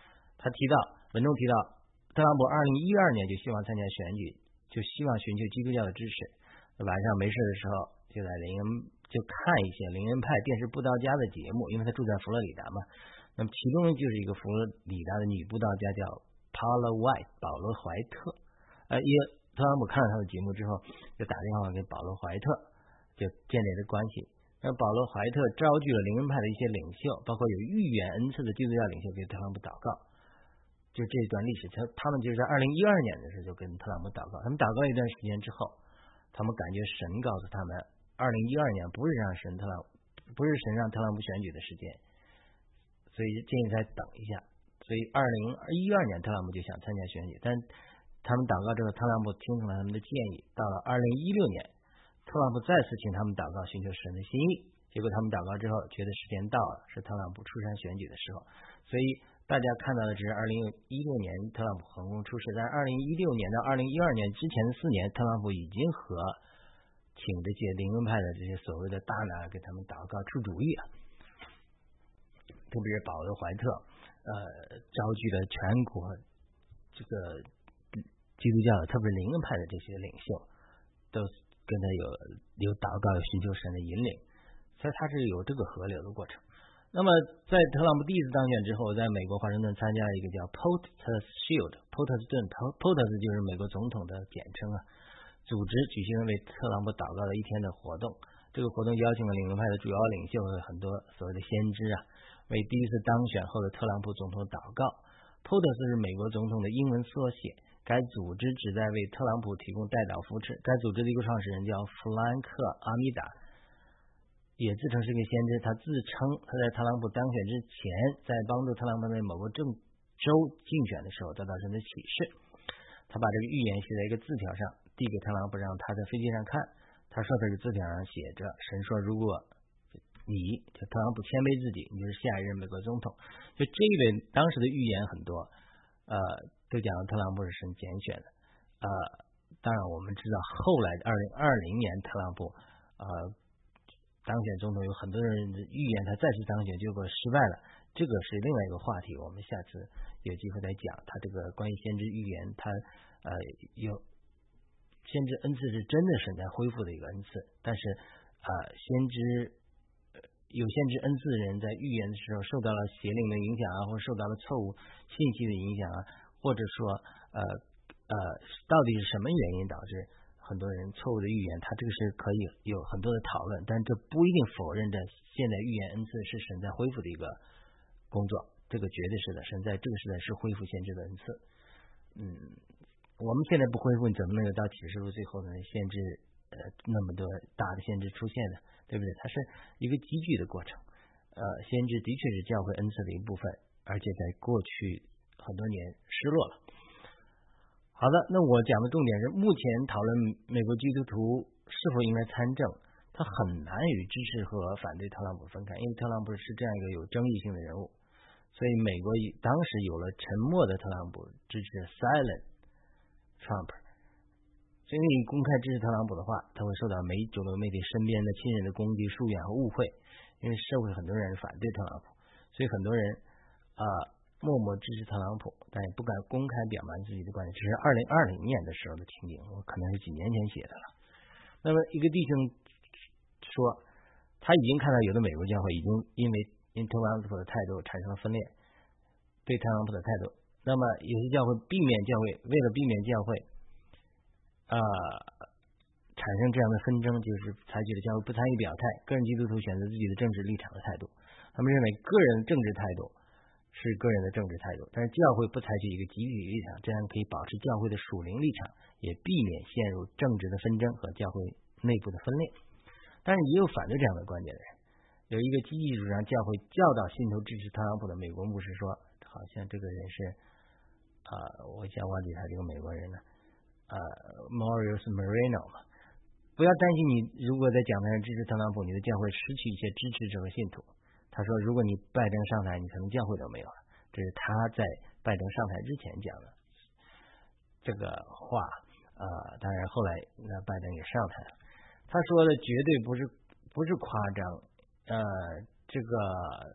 他提到文中提到，特朗普二零一二年就希望参加选举，就希望寻求基督教的支持。晚上没事的时候，就在林恩就看一些林恩派电视布道家的节目，因为他住在佛罗里达嘛。那么其中就是一个佛罗里达的女布道家叫 Paula White 保罗怀特，呃，也特朗普看了他的节目之后，就打电话给保罗怀特，就建立了关系。那保罗怀特召集了灵恩派的一些领袖，包括有预言恩赐的基督教领袖，给特朗普祷告。就这段历史，他他们就是在二零一二年的时候就跟特朗普祷告。他们祷告了一段时间之后，他们感觉神告诉他们，二零一二年不是让神特朗不是神让特朗普选举的时间，所以建议再等一下。所以二零一二年特朗普就想参加选举，但他们祷告之后，特朗普听从了他们的建议。到了二零一六年。特朗普再次请他们祷告，寻求神的心意。结果他们祷告之后，觉得时间到了，是特朗普出山选举的时候。所以大家看到的只是二零一六年特朗普成功出事，但二零一六年到二零一二年之前的四年，特朗普已经和请这些灵恩派的这些所谓的大拿给他们祷告出主意了。特别是保罗怀特，呃，召集了全国这个基督教的，特别是灵恩派的这些领袖，都跟他有有祷告，有寻求神的引领，所以他是有这个河流的过程。那么在特朗普第一次当选之后，在美国华盛顿参加了一个叫 POTUS Shield，POTUS 顿 POTUS 就是美国总统的简称啊，组织举行了为特朗普祷告的一天的活动。这个活动邀请了灵恩派的主要领袖和很多所谓的先知啊，为第一次当选后的特朗普总统祷告。POTUS 是美国总统的英文缩写。该组织旨在为特朗普提供代祷扶持。该组织的一个创始人叫弗兰克·阿米达，也自称是个先知。他自称他在特朗普当选之前，在帮助特朗普在某个政州竞选的时候得到神的启示。他把这个预言写在一个字条上，递给特朗普，让他在飞机上看。他说这个字条上写着，神说如果你就特朗普谦卑自己，你就是下一任美国总统。就这一类当时的预言很多，呃都讲特朗普是神拣选的，呃，当然我们知道后来二零二零年特朗普呃当选总统，有很多人预言他再次当选，结果失败了，这个是另外一个话题，我们下次有机会再讲。他这个关于先知预言，他呃有先知恩赐是真的神在恢复的一个恩赐，但是啊、呃、先知有先知恩赐的人在预言的时候受到了邪灵的影响啊，或者受到了错误信息的影响啊，或者说呃呃到底是什么原因导致很多人错误的预言，他这个是可以有很多的讨论，但这不一定否认着现在预言恩赐是神在恢复的一个工作，这个绝对是的，神在这个时代是恢复先知的恩赐。嗯，我们现在不恢复，你怎么能够到启示录最后呢？先知呃那么多大的先知出现的，对不对？它是一个积聚的过程。呃，先知的确是教会恩赐的一部分，而且在过去很多年失落了。好的，那我讲的重点是，目前讨论美国基督徒是否应该参政，他很难与支持和反对特朗普分开，因为特朗普是这样一个有争议性的人物，所以美国当时有了沉默的特朗普支持 Silent Trump， 所以你公开支持特朗普的话，他会受到美主流媒体身边的亲人的攻击、疏远和误会，因为社会很多人反对特朗普，所以很多人啊、呃、默默支持特朗普，但也不敢公开表达自己的观点。这是二零二零年的时候的情景，我可能是几年前写的了。那么一个弟兄说，他已经看到有的美国教会已经因为因特朗普的态度产生了分裂，对特朗普的态度。那么有些教会避免教会为了避免教会啊、呃、产生这样的纷争，就是采取了教会不参与表态，个人基督徒选择自己的政治立场的态度。他们认为个人政治态度是个人的政治态度，但是教会不采取一个集体立场，这样可以保持教会的属灵立场，也避免陷入政治的纷争和教会内部的分裂。但是也有反对这样的观点的人，有一个积极主张教会教导信徒支持特朗普的美国牧师说，好像这个人是啊、呃，我想忘记他这个美国人了，呃 Maurice Marino 嘛。不要担心，你如果在讲台上支持特朗普，你的教会失去一些支持者和信徒。他说，如果你拜登上台，你可能教会都没有了。这是他在拜登上台之前讲的这个话。呃，当然后来那拜登也上台了。他说的绝对不是不是夸张。呃，这个他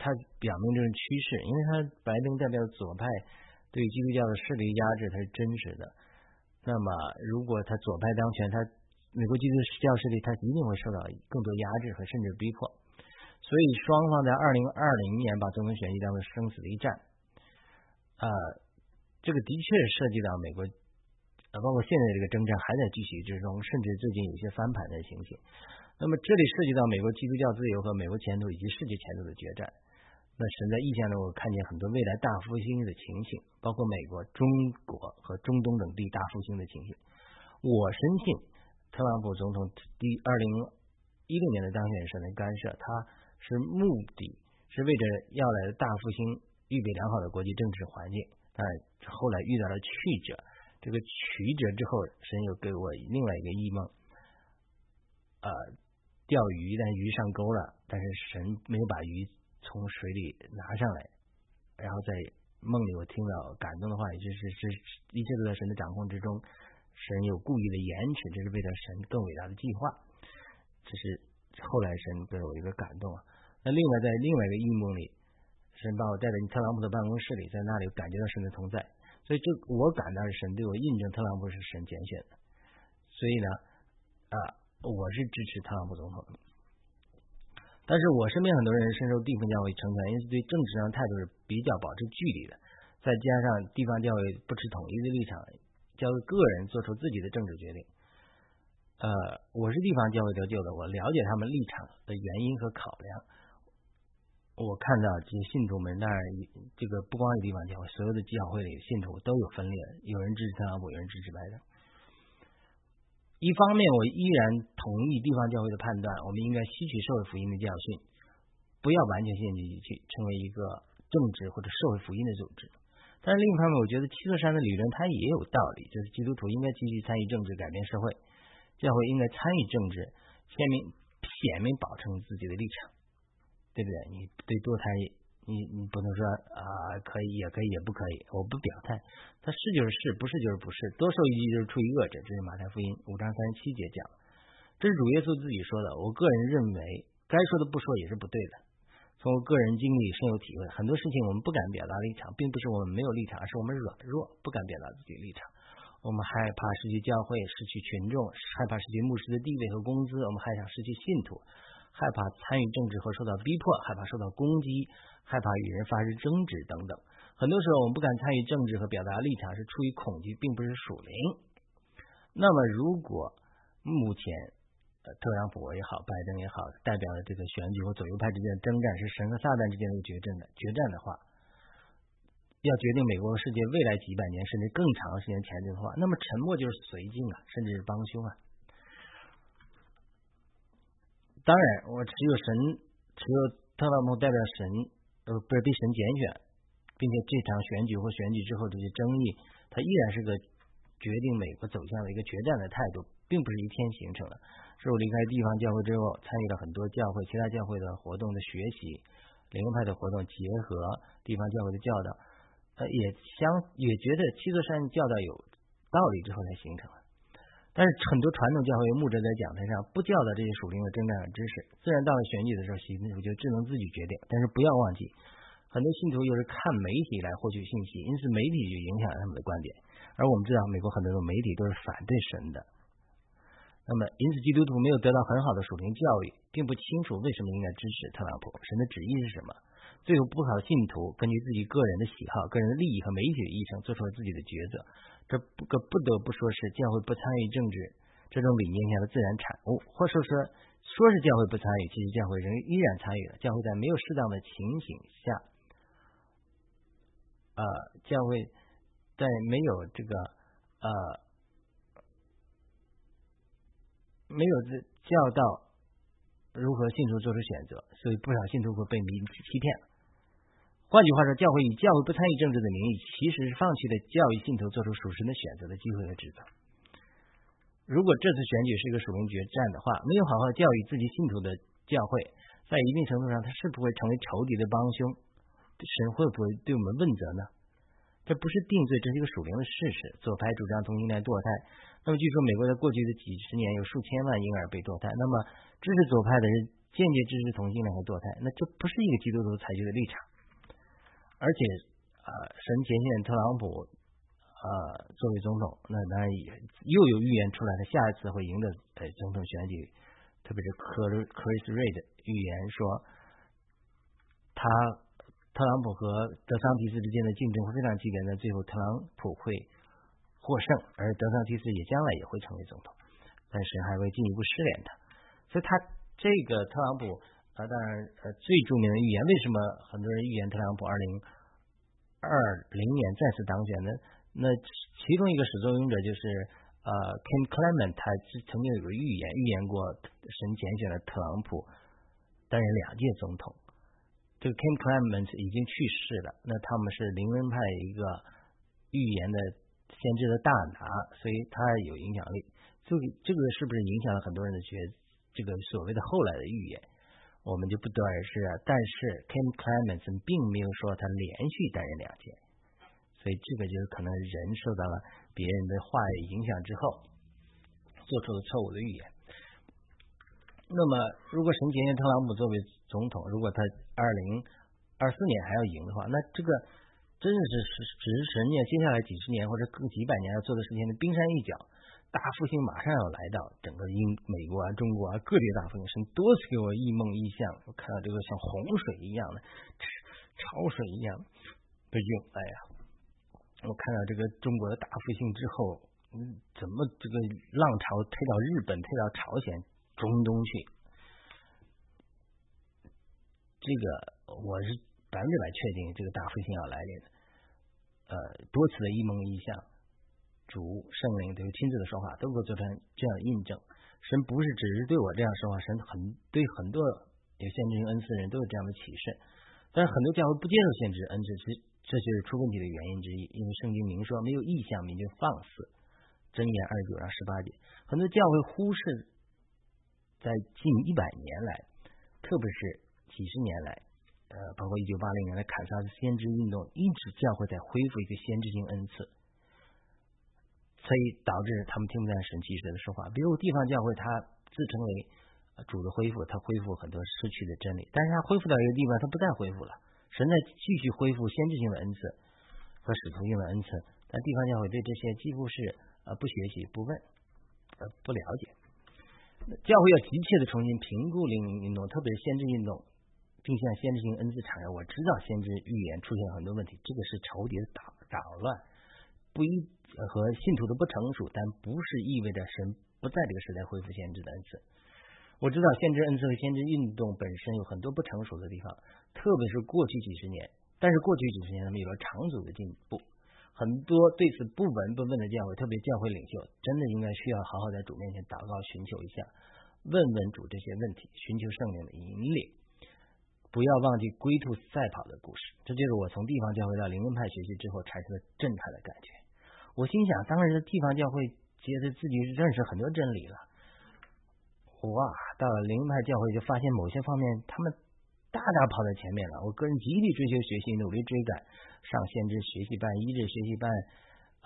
它表明这种趋势，因为它拜登代表左派对基督教的势力压制，它是真实的。那么，如果他左派当权，他美国基督教势力他一定会受到更多压制和甚至逼迫。所以，双方在二零二零年把总统选举当作生死的一战。啊、呃，这个的确涉及到美国，呃，包括现在这个征战还在继续之中，甚至最近有些翻盘的情形。那么，这里涉及到美国基督教自由和美国前途以及世界前途的决战。那神在意象中，我看见很多未来大复兴的情形，包括美国、中国和中东等地大复兴的情形。我深信，特朗普总统第二零一六年的当选神的干涉，他是目的是为着要来的大复兴预备良好的国际政治环境。但后来遇到了曲折，这个曲折之后，神又给我另外一个异梦，呃，钓鱼，但鱼上钩了，但是神没有把鱼从水里拿上来，然后在梦里我听到感动的话，也就是是一切都在神的掌控之中，神有故意的延迟，这是为了神更伟大的计划。这是后来神给我一个感动啊。那另外在另外一个异梦里，神把我带到特朗普的办公室里，在那里感觉到神的同在，所以这我感到是神对我印证特朗普是神拣选的。所以呢，啊，我是支持特朗普总统的。但是我身边很多人深受地方教会成全，因此对政治上的态度是比较保持距离的。再加上地方教会不持统一的立场，教会个人做出自己的政治决定。呃，我是地方教会得救的，我了解他们立场的原因和考量。我看到这些信徒们，当然这个不光是地方教会，所有的教会里信徒都有分裂，有人支持特朗普，有人支持拜登。一方面，我依然同意地方教会的判断，我们应该吸取社会福音的教训，不要完全陷进去，成为一个政治或者社会福音的组织。但是另一方面，我觉得七座山的理论它也有道理，就是基督徒应该继续参与政治，改变社会，教会应该参与政治，显明显明保证自己的立场，对不对？你对堕胎，你你不能说啊、呃、可以也可以也不可以，我不表态，它是就是是，不是就是不是，多受一击就是出于恶者，这是马太福音五章三十七节讲，这是主耶稣自己说的。我个人认为，该说的不说也是不对的。从我个人经历深有体会，很多事情我们不敢表达立场，并不是我们没有立场，而是我们软弱，不敢表达自己的立场。我们害怕失去教会，失去群众，害怕失去牧师的地位和工资，我们害怕失去信徒，害怕参与政治和受到逼迫，害怕受到攻击，害怕与人发生争执等等。很多时候我们不敢参与政治和表达立场，是出于恐惧，并不是属灵。那么如果目前呃，特朗普也好，拜登也好，代表了这个选举和左右派之间的征战，是神和撒旦之间的决战的决战的话，要决定美国世界未来几百年甚至更长时间前进的话，那么沉默就是绥靖啊，甚至是帮凶啊。当然，我只有神，只有特朗普代表神，呃，不是被神拣选，并且这场选举或选举之后这些争议，它依然是个决定美国走向的一个决战的态度，并不是一天形成的。是我离开地方教会之后，参与了很多教会、其他教会的活动的学习，灵恩派的活动结合地方教会的教导，呃，也相也觉得七座山教导有道理之后才形成的。但是很多传统教会牧者在讲台上不教导这些属灵的征战和知识，自然到了选举的时候，信徒就只能自己决定。但是不要忘记，很多信徒又是看媒体来获取信息，因此媒体就影响了他们的观点。而我们知道，美国很多的媒体都是反对神的。那么，因此基督徒没有得到很好的属灵教育，并不清楚为什么应该支持特朗普，神的旨意是什么。最后，不少信徒根据自己个人的喜好、个人的利益和媒体的议程，做出了自己的抉择。这不个不得不说是教会不参与政治这种理念下的自然产物，或者说说是教会不参与，其实教会仍依然参与了。教会在没有适当的情形下，呃，教会在没有这个呃。没有这教导如何信徒做出选择，所以不少信徒会被迷欺骗。换句话说，教会以教会不参与政治的名义，其实是放弃了教育信徒做出属神的选择的机会和职责。如果这次选举是一个属灵决战的话，没有好好教育自己信徒的教会，在一定程度上，它是不会成为仇敌的帮凶。神会不会对我们问责呢？这不是定罪，这是一个属灵的事实。左派主张同性恋堕胎，那么据说美国在过去的几十年有数千万婴儿被堕胎，那么支持左派的是间接支持同性恋和堕胎，那这不是一个基督徒采取的立场。而且，呃，神前线特朗普，呃，作为总统，那当然也又有预言出来，他下一次会赢得呃总统选举，特别是科克里斯瑞的预言说，他特朗普和德桑提斯之间的竞争会非常激烈，那最后特朗普会获胜，而德桑提斯也将来也会成为总统，但是还会进一步试炼他。所以他这个特朗普啊，当然呃最著名的预言，为什么很多人预言特朗普二零二零年再次当选呢？那其中一个始作俑者就是呃 Kim Clement， 他曾经有个预言，预言过神拣选了特朗普担任两届总统。这个 Kim Clement 已经去世了，那他们是灵恩派一个预言的先知的大拿，所以他有影响力。这个这个是不是影响了很多人的觉这个所谓的后来的预言，我们就不得而知啊。但是 Kim Clement 并没有说他连续担任两届，所以这个就是可能人受到了别人的话语影响之后做出了错误的预言。那么如果神拣选特朗普作为总统，如果他二零二四年还要赢的话，那这个真的是只是神念接下来几十年或者更几百年要做的事情的冰山一角。大复兴马上要来到整个英美国啊、中国啊各地大复兴，神多次给我异梦异象，我看到这个像洪水一样的潮水一样的涌来呀。我看到这个中国的大复兴之后，嗯，怎么这个浪潮推到日本、推到朝鲜、中东去？这个我是百分之百确定，这个大复兴要来临的。呃，多次的异梦异象。主圣灵都有亲自的说话，都给我做成这样的印证。神不是只是对我这样说话，神很对很多有先知性恩赐的人都有这样的启示。但是很多教会不接受先知恩赐，这就是出问题的原因之一。因为圣经明说，没有异象，民就放肆。箴言二十九章十八节，很多教会忽视在近一百年来，特别是几十年来，呃，包括一九八零年的坎萨斯先知运动，一直教会在恢复一个先知性恩赐。所以导致他们听不见神启示的说话。比如地方教会，他自称为主的恢复，他恢复很多失去的真理，但是他恢复到一个地方，他不再恢复了。神在继续恢复先知性的恩赐和使徒性的恩赐，但地方教会对这些几乎是呃不学习、不问、呃不了解。教会要急切的重新评估灵运动，特别是先知运动，并向先知性恩赐敞开。我知道先知预言出现很多问题，这个是仇敌的捣捣乱，不一。和信徒的不成熟，但不是意味着神不在这个时代恢复先知的恩赐。我知道先知恩赐和先知运动本身有很多不成熟的地方，特别是过去几十年，但是过去几十年他们有了长足的进步。很多对此不闻不问的教会，特别教会领袖，真的应该需要好好在主面前祷告寻求一下，问问主这些问题，寻求圣灵的引领，不要忘记龟兔赛跑的故事。这就是我从地方教会到灵恩派学习之后产生的震撼的感觉。我心想，当然的地方教会觉得自己认识很多真理了，哇，到了灵恩派教会就发现某些方面他们大大跑在前面了。我个人极力追求学习，努力追赶，上先知学习班、一日学习班，呃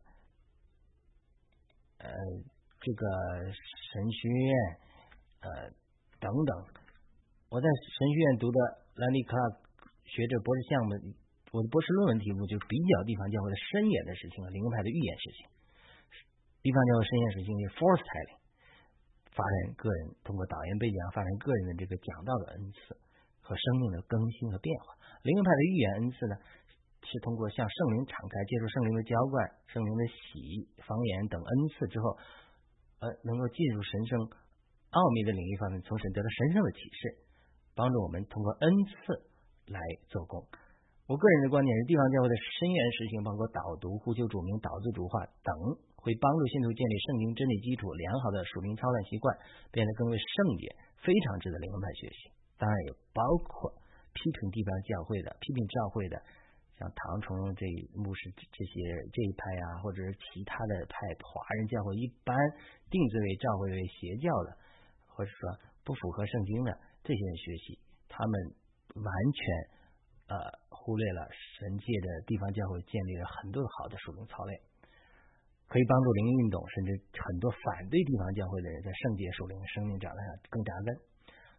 呃，这个神学院，呃等等。我在神学院读的兰利克拉学者博士项目。我的博士论文题目就比较地方教会的深远的事情和灵恩派的预言事情。地方教会深远事情是 foretelling， 发展个人通过导言背讲发展个人的这个讲道的恩赐和生命的更新和变化。灵恩派的预言恩赐呢，是通过向圣灵敞开，接受圣灵的浇灌、圣灵的洗、方言等恩赐之后，呃，能够进入神圣奥秘的领域方面，从神得到神圣的启示，帮助我们通过恩赐来做工。我个人的观点是，地方教会的深远实行，包括导读、呼求主名、导字主化等，会帮助信徒建立圣经真理基础、良好的属灵操练习惯，变得更为圣洁，非常值得灵恩派学习。当然也包括批评地方教会的、批评教会的，像唐崇荣这牧师这些这一派啊，或者是其他的派，华人教会一般定罪为教会为邪教的，或者说不符合圣经的这些人学习，他们完全。呃，忽略了神界的地方教会建立了很多好的属灵操练，可以帮助灵运动，甚至很多反对地方教会的人在圣洁属灵生命长得更扎根。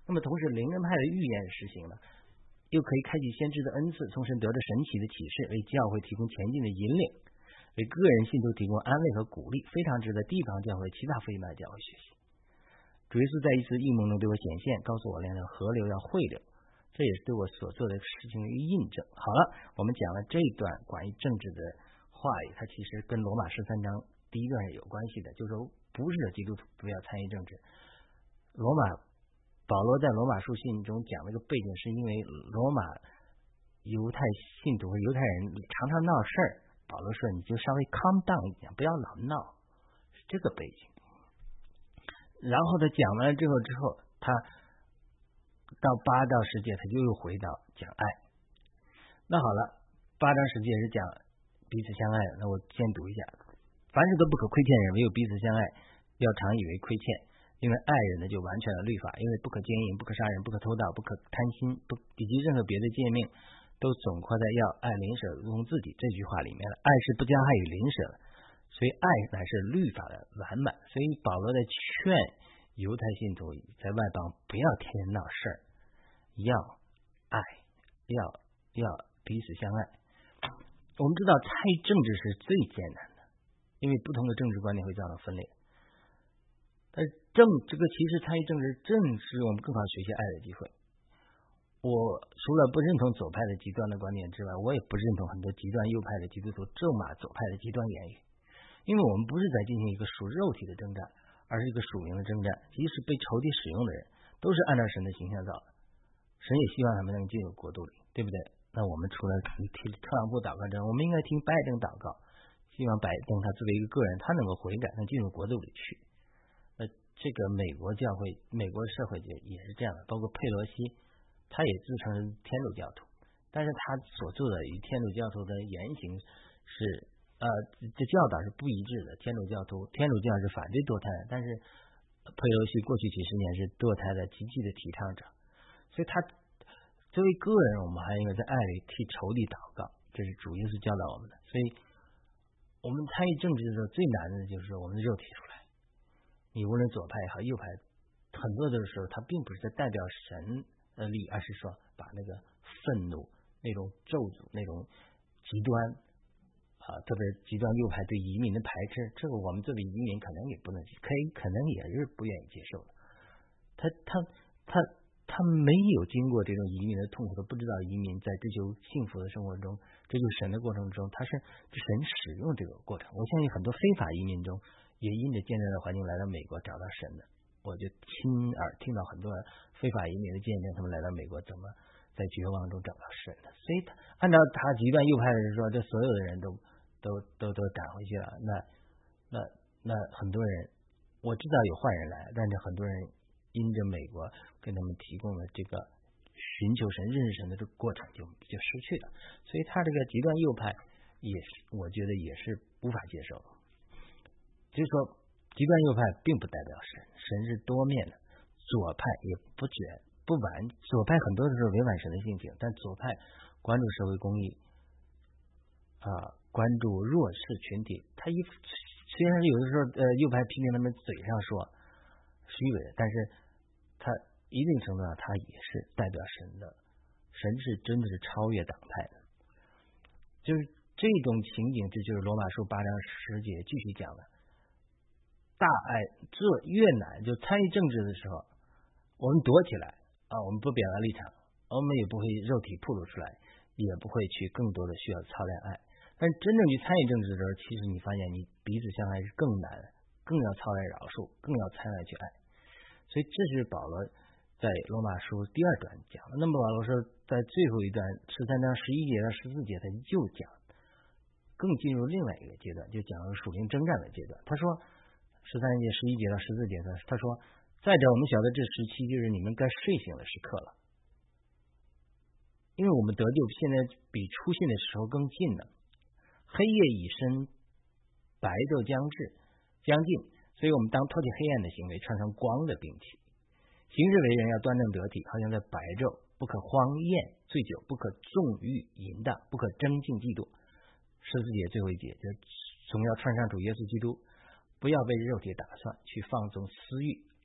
那么同时灵恩派的预言实行了，又可以开启先知的恩赐，从神得着神奇的启示，为教会提供前进的引领，为个人信徒提供安慰和鼓励，非常值得地方教会、其他福音派教会学习。主耶稣在一次异梦中对我显现，告诉我两条河流要汇流，这也是对我所做的事情的一个印证。好了，我们讲了这一段关于政治的话语，它其实跟罗马十三章第一段是有关系的，就是说不是基督徒不要参与政治。罗马保罗在罗马书信中讲这个背景，是因为罗马犹太信徒和犹太人常常闹事儿，保罗说你就稍微 calm down 一点，不要老闹，是这个背景。然后他讲完了之后之后，他到八到十节，他就又回到讲爱。那好了，八章十节是讲彼此相爱的，那我先读一下：凡事都不可亏欠人，唯有彼此相爱，要常以为亏欠。因为爱人呢，就完全了律法，因为不可奸淫，不可杀人，不可偷盗，不可贪心，不以及任何别的诫命，都总括在要爱邻舍如同自己这句话里面了。爱是不加害于邻舍的，所以爱乃是律法的完满。所以保罗在劝犹太信徒在外邦不要天天闹事儿，要爱，要要彼此相爱。我们知道参与政治是最艰难的，因为不同的政治观念会造成分裂。但是政这个其实参与政治正是我们更好学习爱的机会。我除了不认同左派的极端的观点之外，我也不认同很多极端右派的基督徒咒骂左派的极端言语，因为我们不是在进行一个属肉体的征战，而是一个属灵的征战。即使被仇敌使用的人，都是按照神的形象造的，神也希望他们能进入国度里，对不对？那我们除了替特朗普祷告之外，我们应该听拜登祷告，希望拜登他作为一个个人，他能够悔改，能进入国度里去。那这个美国教会、美国社会也是这样的，包括佩洛西，他也自称是天主教徒，但是他所做的与天主教徒的言行是呃，这教导是不一致的。天主教徒、天主教是反对堕胎的，但是佩洛西过去几十年是堕胎的积极的提倡者，所以他作为个人，我们还应该在爱里替仇敌祷告，这是主耶稣教导我们的。所以我们参与政治的时候，最难的就是我们的肉体出来。你无论左派也好，右派，很多的时候，它并不是在代表神的力，而是说把那个愤怒、那种咒诅、那种极端啊，特别是极端右派对移民的排斥，这个我们作为移民可能也不能，可以可能也是不愿意接受的。他他他他没有经过这种移民的痛苦，都不知道移民在追求幸福的生活中、追求神的过程中，他是神使用这个过程。我相信很多非法移民中，也因着艰难的环境来到美国找到神的。我就亲耳听到很多非法移民的见证，他们来到美国怎么在绝望中找到神的。所以他按照他极端右派的人说，这所有的人都都都都赶回去了。那那那很多人，我知道有坏人来，但是很多人因着美国跟他们提供了这个寻求神、认识神的这个过程就就失去了。所以他这个极端右派也是，我觉得也是无法接受。就是说，极端右派并不代表神，神是多面的。左派也不绝不完，左派很多的时候违反神的性情，但左派关注社会公益啊，关注弱势群体。他一虽然有的时候呃右派批评他们嘴上说虚伪，但是他一定程度上他也是代表神的，神是真的是超越党派的。就是这种情景，这就是罗马书八章十节继续讲的。大爱做越难，就参与政治的时候，我们躲起来啊，我们不表达立场，我们也不会肉体暴露出来，也不会去更多的需要操练爱。但真正去参与政治的时候，其实你发现你彼此相爱是更难，更要操练饶恕，更要参爱去爱。所以这是保罗在罗马书第二段讲的。那么保罗说，在最后一段十三章十一节到十四节，他就讲更进入另外一个阶段，就讲了属灵征战的阶段。他说。十三节、十一节到十四节，他说：“再者，我们晓得这时期就是你们该睡醒的时刻了，因为我们得救现在比出信的时候更近了。黑夜已深，白昼将至，将近，所以我们当脱去黑暗的行为，穿上光的兵器。行事为人要端正得体，好像在白昼，不可荒宴醉酒，不可纵欲淫荡，不可争竞嫉妒。”十四节最后一节，就总要穿上主耶稣基督。不要被肉体打算去放纵私欲，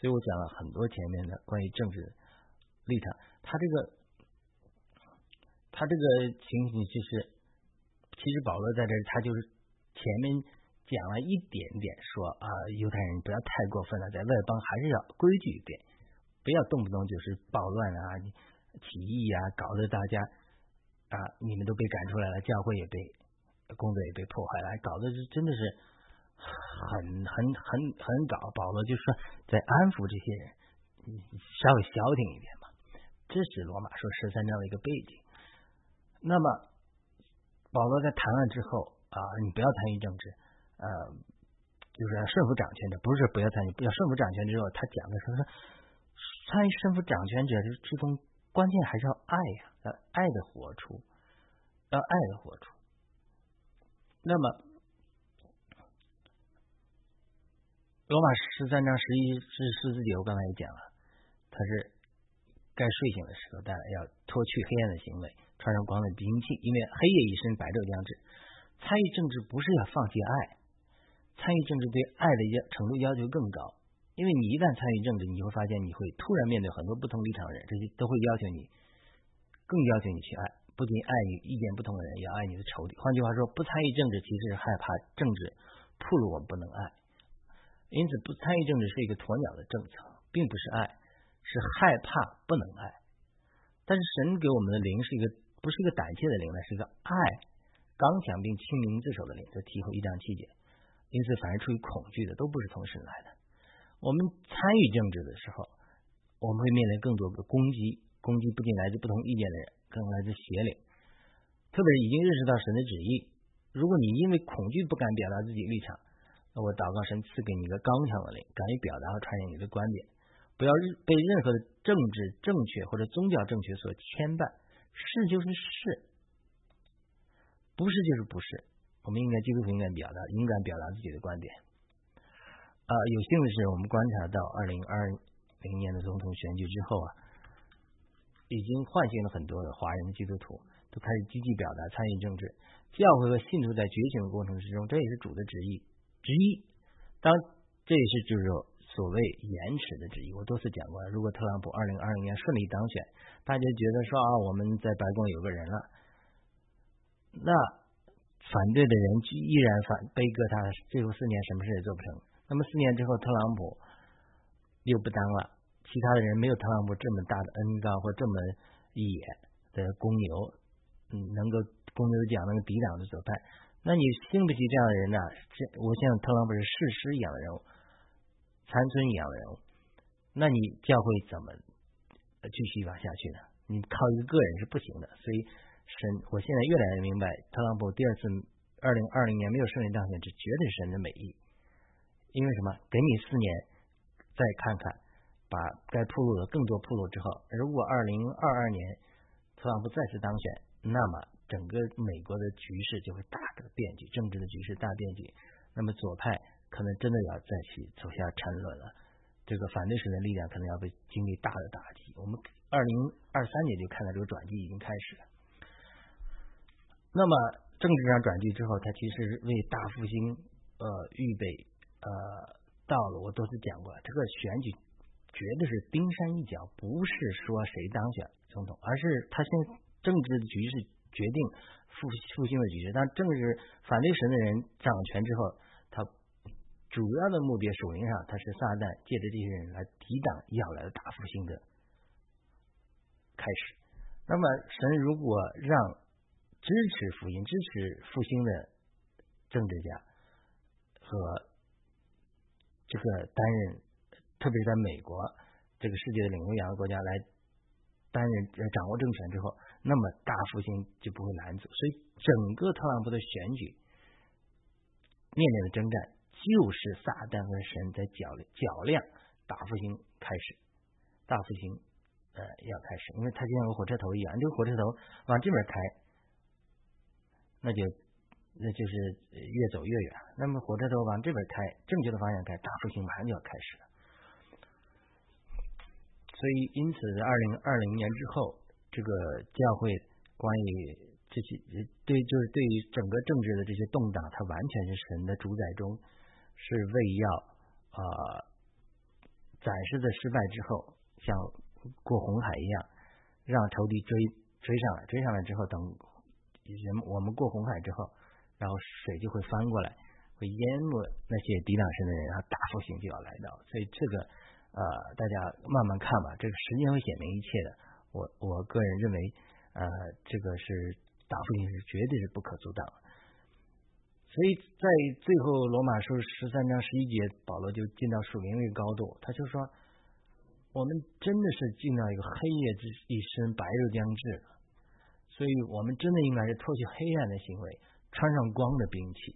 所以我讲了很多前面的关于政治立场，他这个他这个情形就是，其实保罗在这儿他就是前面讲了一点点说啊，犹太人不要太过分了，在外邦还是要规矩一点，不要动不动就是暴乱啊、起义啊，搞得大家啊你们都被赶出来了，教会也被工作也被破坏了，搞得是真的是很很很很搞。保罗就说在安抚这些人，稍微消停一点嘛。这是罗马书十三章的一个背景。那么保罗在谈了之后啊，你不要参与政治，呃，就是要顺服掌权者，不是不要参与，要顺服掌权之后，他讲的是说，参与顺服掌权者之中，关键还是要爱呀、啊，要爱的活出，要爱的活出。那么罗马十三章十一至十四节，我刚才也讲了，他是该睡醒的时候，当然要脱去黑暗的行为，穿上光的兵器，因为黑夜已深，白昼将至。参与政治不是要放弃爱，参与政治对爱的要程度要求更高，因为你一旦参与政治，你会发现你会突然面对很多不同立场的人，这些都会要求你，更要求你去爱，不仅爱你意见不同的人，也要爱你的仇敌。换句话说，不参与政治其实是害怕政治暴露我们不能爱，因此不参与政治是一个鸵鸟的政策，并不是爱，是害怕不能爱。但是神给我们的灵是一个不是一个胆怯的灵呢，是一个爱刚强并亲民自守的灵，这提后一章七节。因此凡是出于恐惧的都不是从神来的。我们参与政治的时候，我们会面临更多的攻击，攻击不仅来自不同意见的人，更来自邪灵，特别是已经认识到神的旨意。如果你因为恐惧不敢表达自己立场，那我祷告神赐给你一个刚强的灵，敢于表达和传扬你的观点，不要被任何的政治正确或者宗教正确所牵绊，是就是是，不是就是不是。我们应该基督徒应该表达，应该表达自己的观点。啊、呃，有幸的是，我们观察到二零二零年的总统选举之后啊，已经唤醒了很多的华人的基督徒，都开始积极表达参与政治。教会和信徒在觉醒的过程之中，这也是主的旨意之一。当这也是就是所谓延迟的旨意。我多次讲过，如果特朗普二零二零年顺利当选，大家觉得说啊，我们在白宫有个人了，那反对的人依然反背搁他，最后四年什么事也做不成。那么四年之后，特朗普又不当了，其他的人没有特朗普这么大的恩高或这么野的公牛，嗯，能够公牛奖能够抵挡的左派。那你兴不起这样的人呢？我想特朗普是士师一样的人物，参孙一样的人物，那你教会怎么继续往下去呢？你靠一个个人是不行的。所以神，我现在越来越明白，特朗普第二次二零二零年没有顺利当选，这绝对是神的美意。因为什么？给你四年再看看，把该铺路的更多铺路之后，如果二零二二年特朗普再次当选，那么整个美国的局势就会大的变局，政治的局势大变局。那么左派可能真的要再去走下沉沦了，这个反对神的力量可能要被经历大的打击。我们二零二三年就看到这个转机已经开始了。那么政治上转机之后，它其实为大复兴呃预备呃道路。我多次讲过，这个选举绝对是冰山一角，不是说谁当选总统，而是他现在政治的局势决定复复兴的局势。当政治反对神的人掌权之后，他主要的目的属灵上，他是撒旦借着这些人来抵挡要来的大复兴的开始。那么神如果让支持福音、支持复兴的政治家和这个担任，特别是在美国这个世界的领头羊的国家来担任掌握政权之后，那么大复兴就不会拦阻。所以整个特朗普的选举面临的征战，就是撒旦和神在较较量大复兴开始，大复兴呃要开始，因为它就像个火车头一样，这个火车头往这边开，那就那就是越走越远。那么火车头往这边开，正确的方向开，大复兴马上就要开始了。所以因此二零二零年之后，这个教会关于这些对就是对于整个政治的这些动荡，它完全是神的主宰中，是为要呃暂时的失败之后，像过红海一样，让仇敌追追上来，追上来之后，等人我们过红海之后，然后水就会翻过来，会淹没那些抵挡神的人，然后大复兴就要来到。所以这个呃，大家慢慢看吧，这个时间会显明一切的。我我个人认为，呃，这个是大复兴是绝对是不可阻挡的。所以在最后罗马书十三章十一节，保罗就进到属灵的高度，他就说，我们真的是进到一个黑夜之一深，白日将至，所以我们真的应该是脱去黑暗的行为，穿上光的兵器。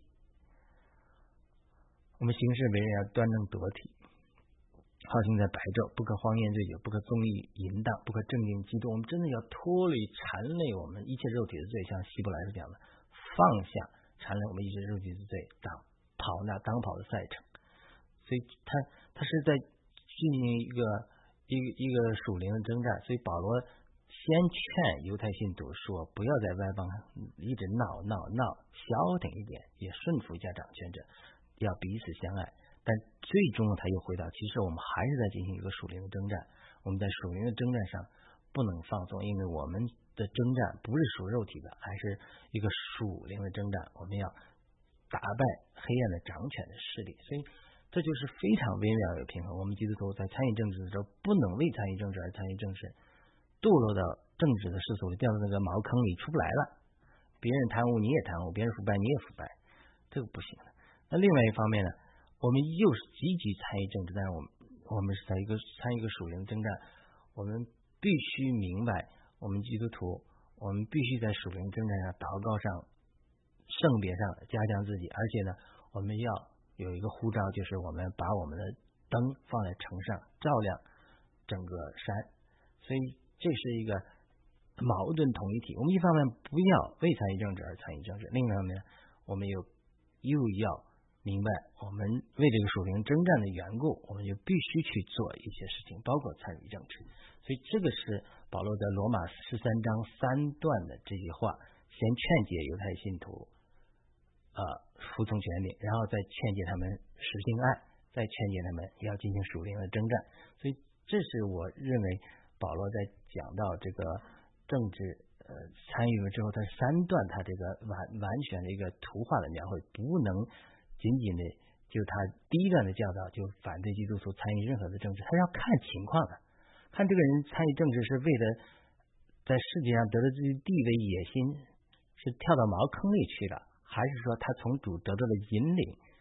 我们行事为人要端正得体，好行在白昼，不可荒宴醉酒，不可纵意淫荡，不可正经激动。我们真的要脱离缠累我们一切肉体的罪，像希伯来书讲的，放下缠累我们一切肉体的罪，当跑那当跑的赛程。所以他他是在进行一个一个一个属灵的征战。所以保罗先劝犹太信徒说，不要在外邦一直闹闹闹，消停一点，也顺服一下掌权者，要彼此相爱。但最终他又回到，其实我们还是在进行一个属灵的征战。我们在属灵的征战上不能放纵，因为我们的征战不是属肉体的，还是一个属灵的征战。我们要打败黑暗的掌权的势力，所以这就是非常微妙的平衡。我们基督徒在参与政治的时候，不能为参与政治而参与政治，堕落到政治的世俗里，掉到那个茅坑里出不来了。别人贪污你也贪污，别人腐败你也腐败，这个不行的。那另外一方面呢，我们又是积极参与政治，但是我们我们是在一个参与一个属灵征战，我们必须明白，我们基督徒，我们必须在属灵征战上、祷告上、圣别上加强自己，而且呢，我们要有一个呼召，就是我们把我们的灯放在城上，照亮整个山。所以这是一个矛盾统一体。我们一方面不要为参与政治而参与政治，另一方面我们又又要明白，我们为这个属灵征战的缘故，我们就必须去做一些事情，包括参与政治。所以这个是保罗在罗马十三章三段的这些话，先劝解犹太信徒呃，服从权柄，然后再劝解他们实行爱，再劝解他们要进行属灵的征战。所以这是我认为保罗在讲到这个政治呃参与了之后，他三段他这个完完全的一个图画的描绘，不能仅仅的就他第一段的教导就反对基督徒参与任何的政治，他要看情况的，看这个人参与政治是为了在世界上得到自己地位野心，是跳到茅坑里去了，还是说他从主得到了引领，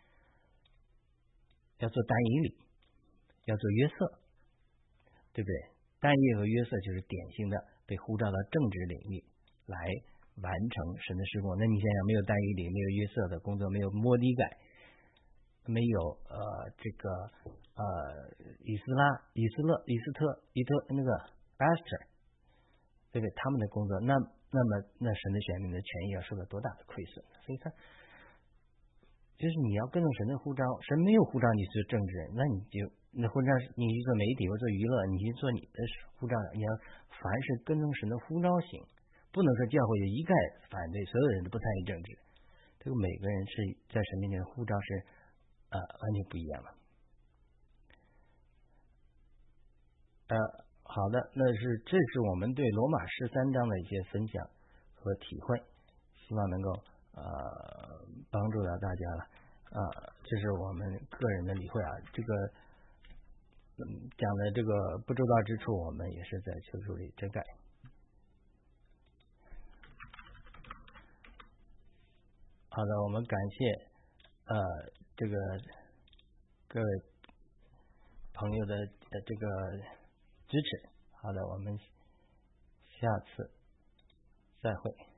要做单以理，要做约瑟，对不对？但以理和约瑟就是典型的被呼召到政治领域来完成神的事工。那你想想，没有但以理，没有约瑟的工作，没有摩底改，没有呃这个呃以斯拉、以斯勒、以斯特、以特那个 Esther， 对不对？他们的工作，那那么那神的选民的权益要受到多大的亏损？所以他就是你要跟从神的呼召，神没有呼召你是政治人，那你就那呼召你去做媒体或做娱乐，你去做你的呼召，你要凡是跟从神的呼召行，不能说教会就一概反对，所有人都不参与政治。这个每个人是在神面前的呼召是呃完全不一样的。呃，好的，那是这是我们对罗马十三章的一些分享和体会，希望能够呃帮助到大家了啊、呃，这是我们个人的理会啊。这个嗯讲的这个不周到之处，我们也是在求主里遮盖。好的，我们感谢呃这个各位朋友的呃这个支持。好的，我们下次再会。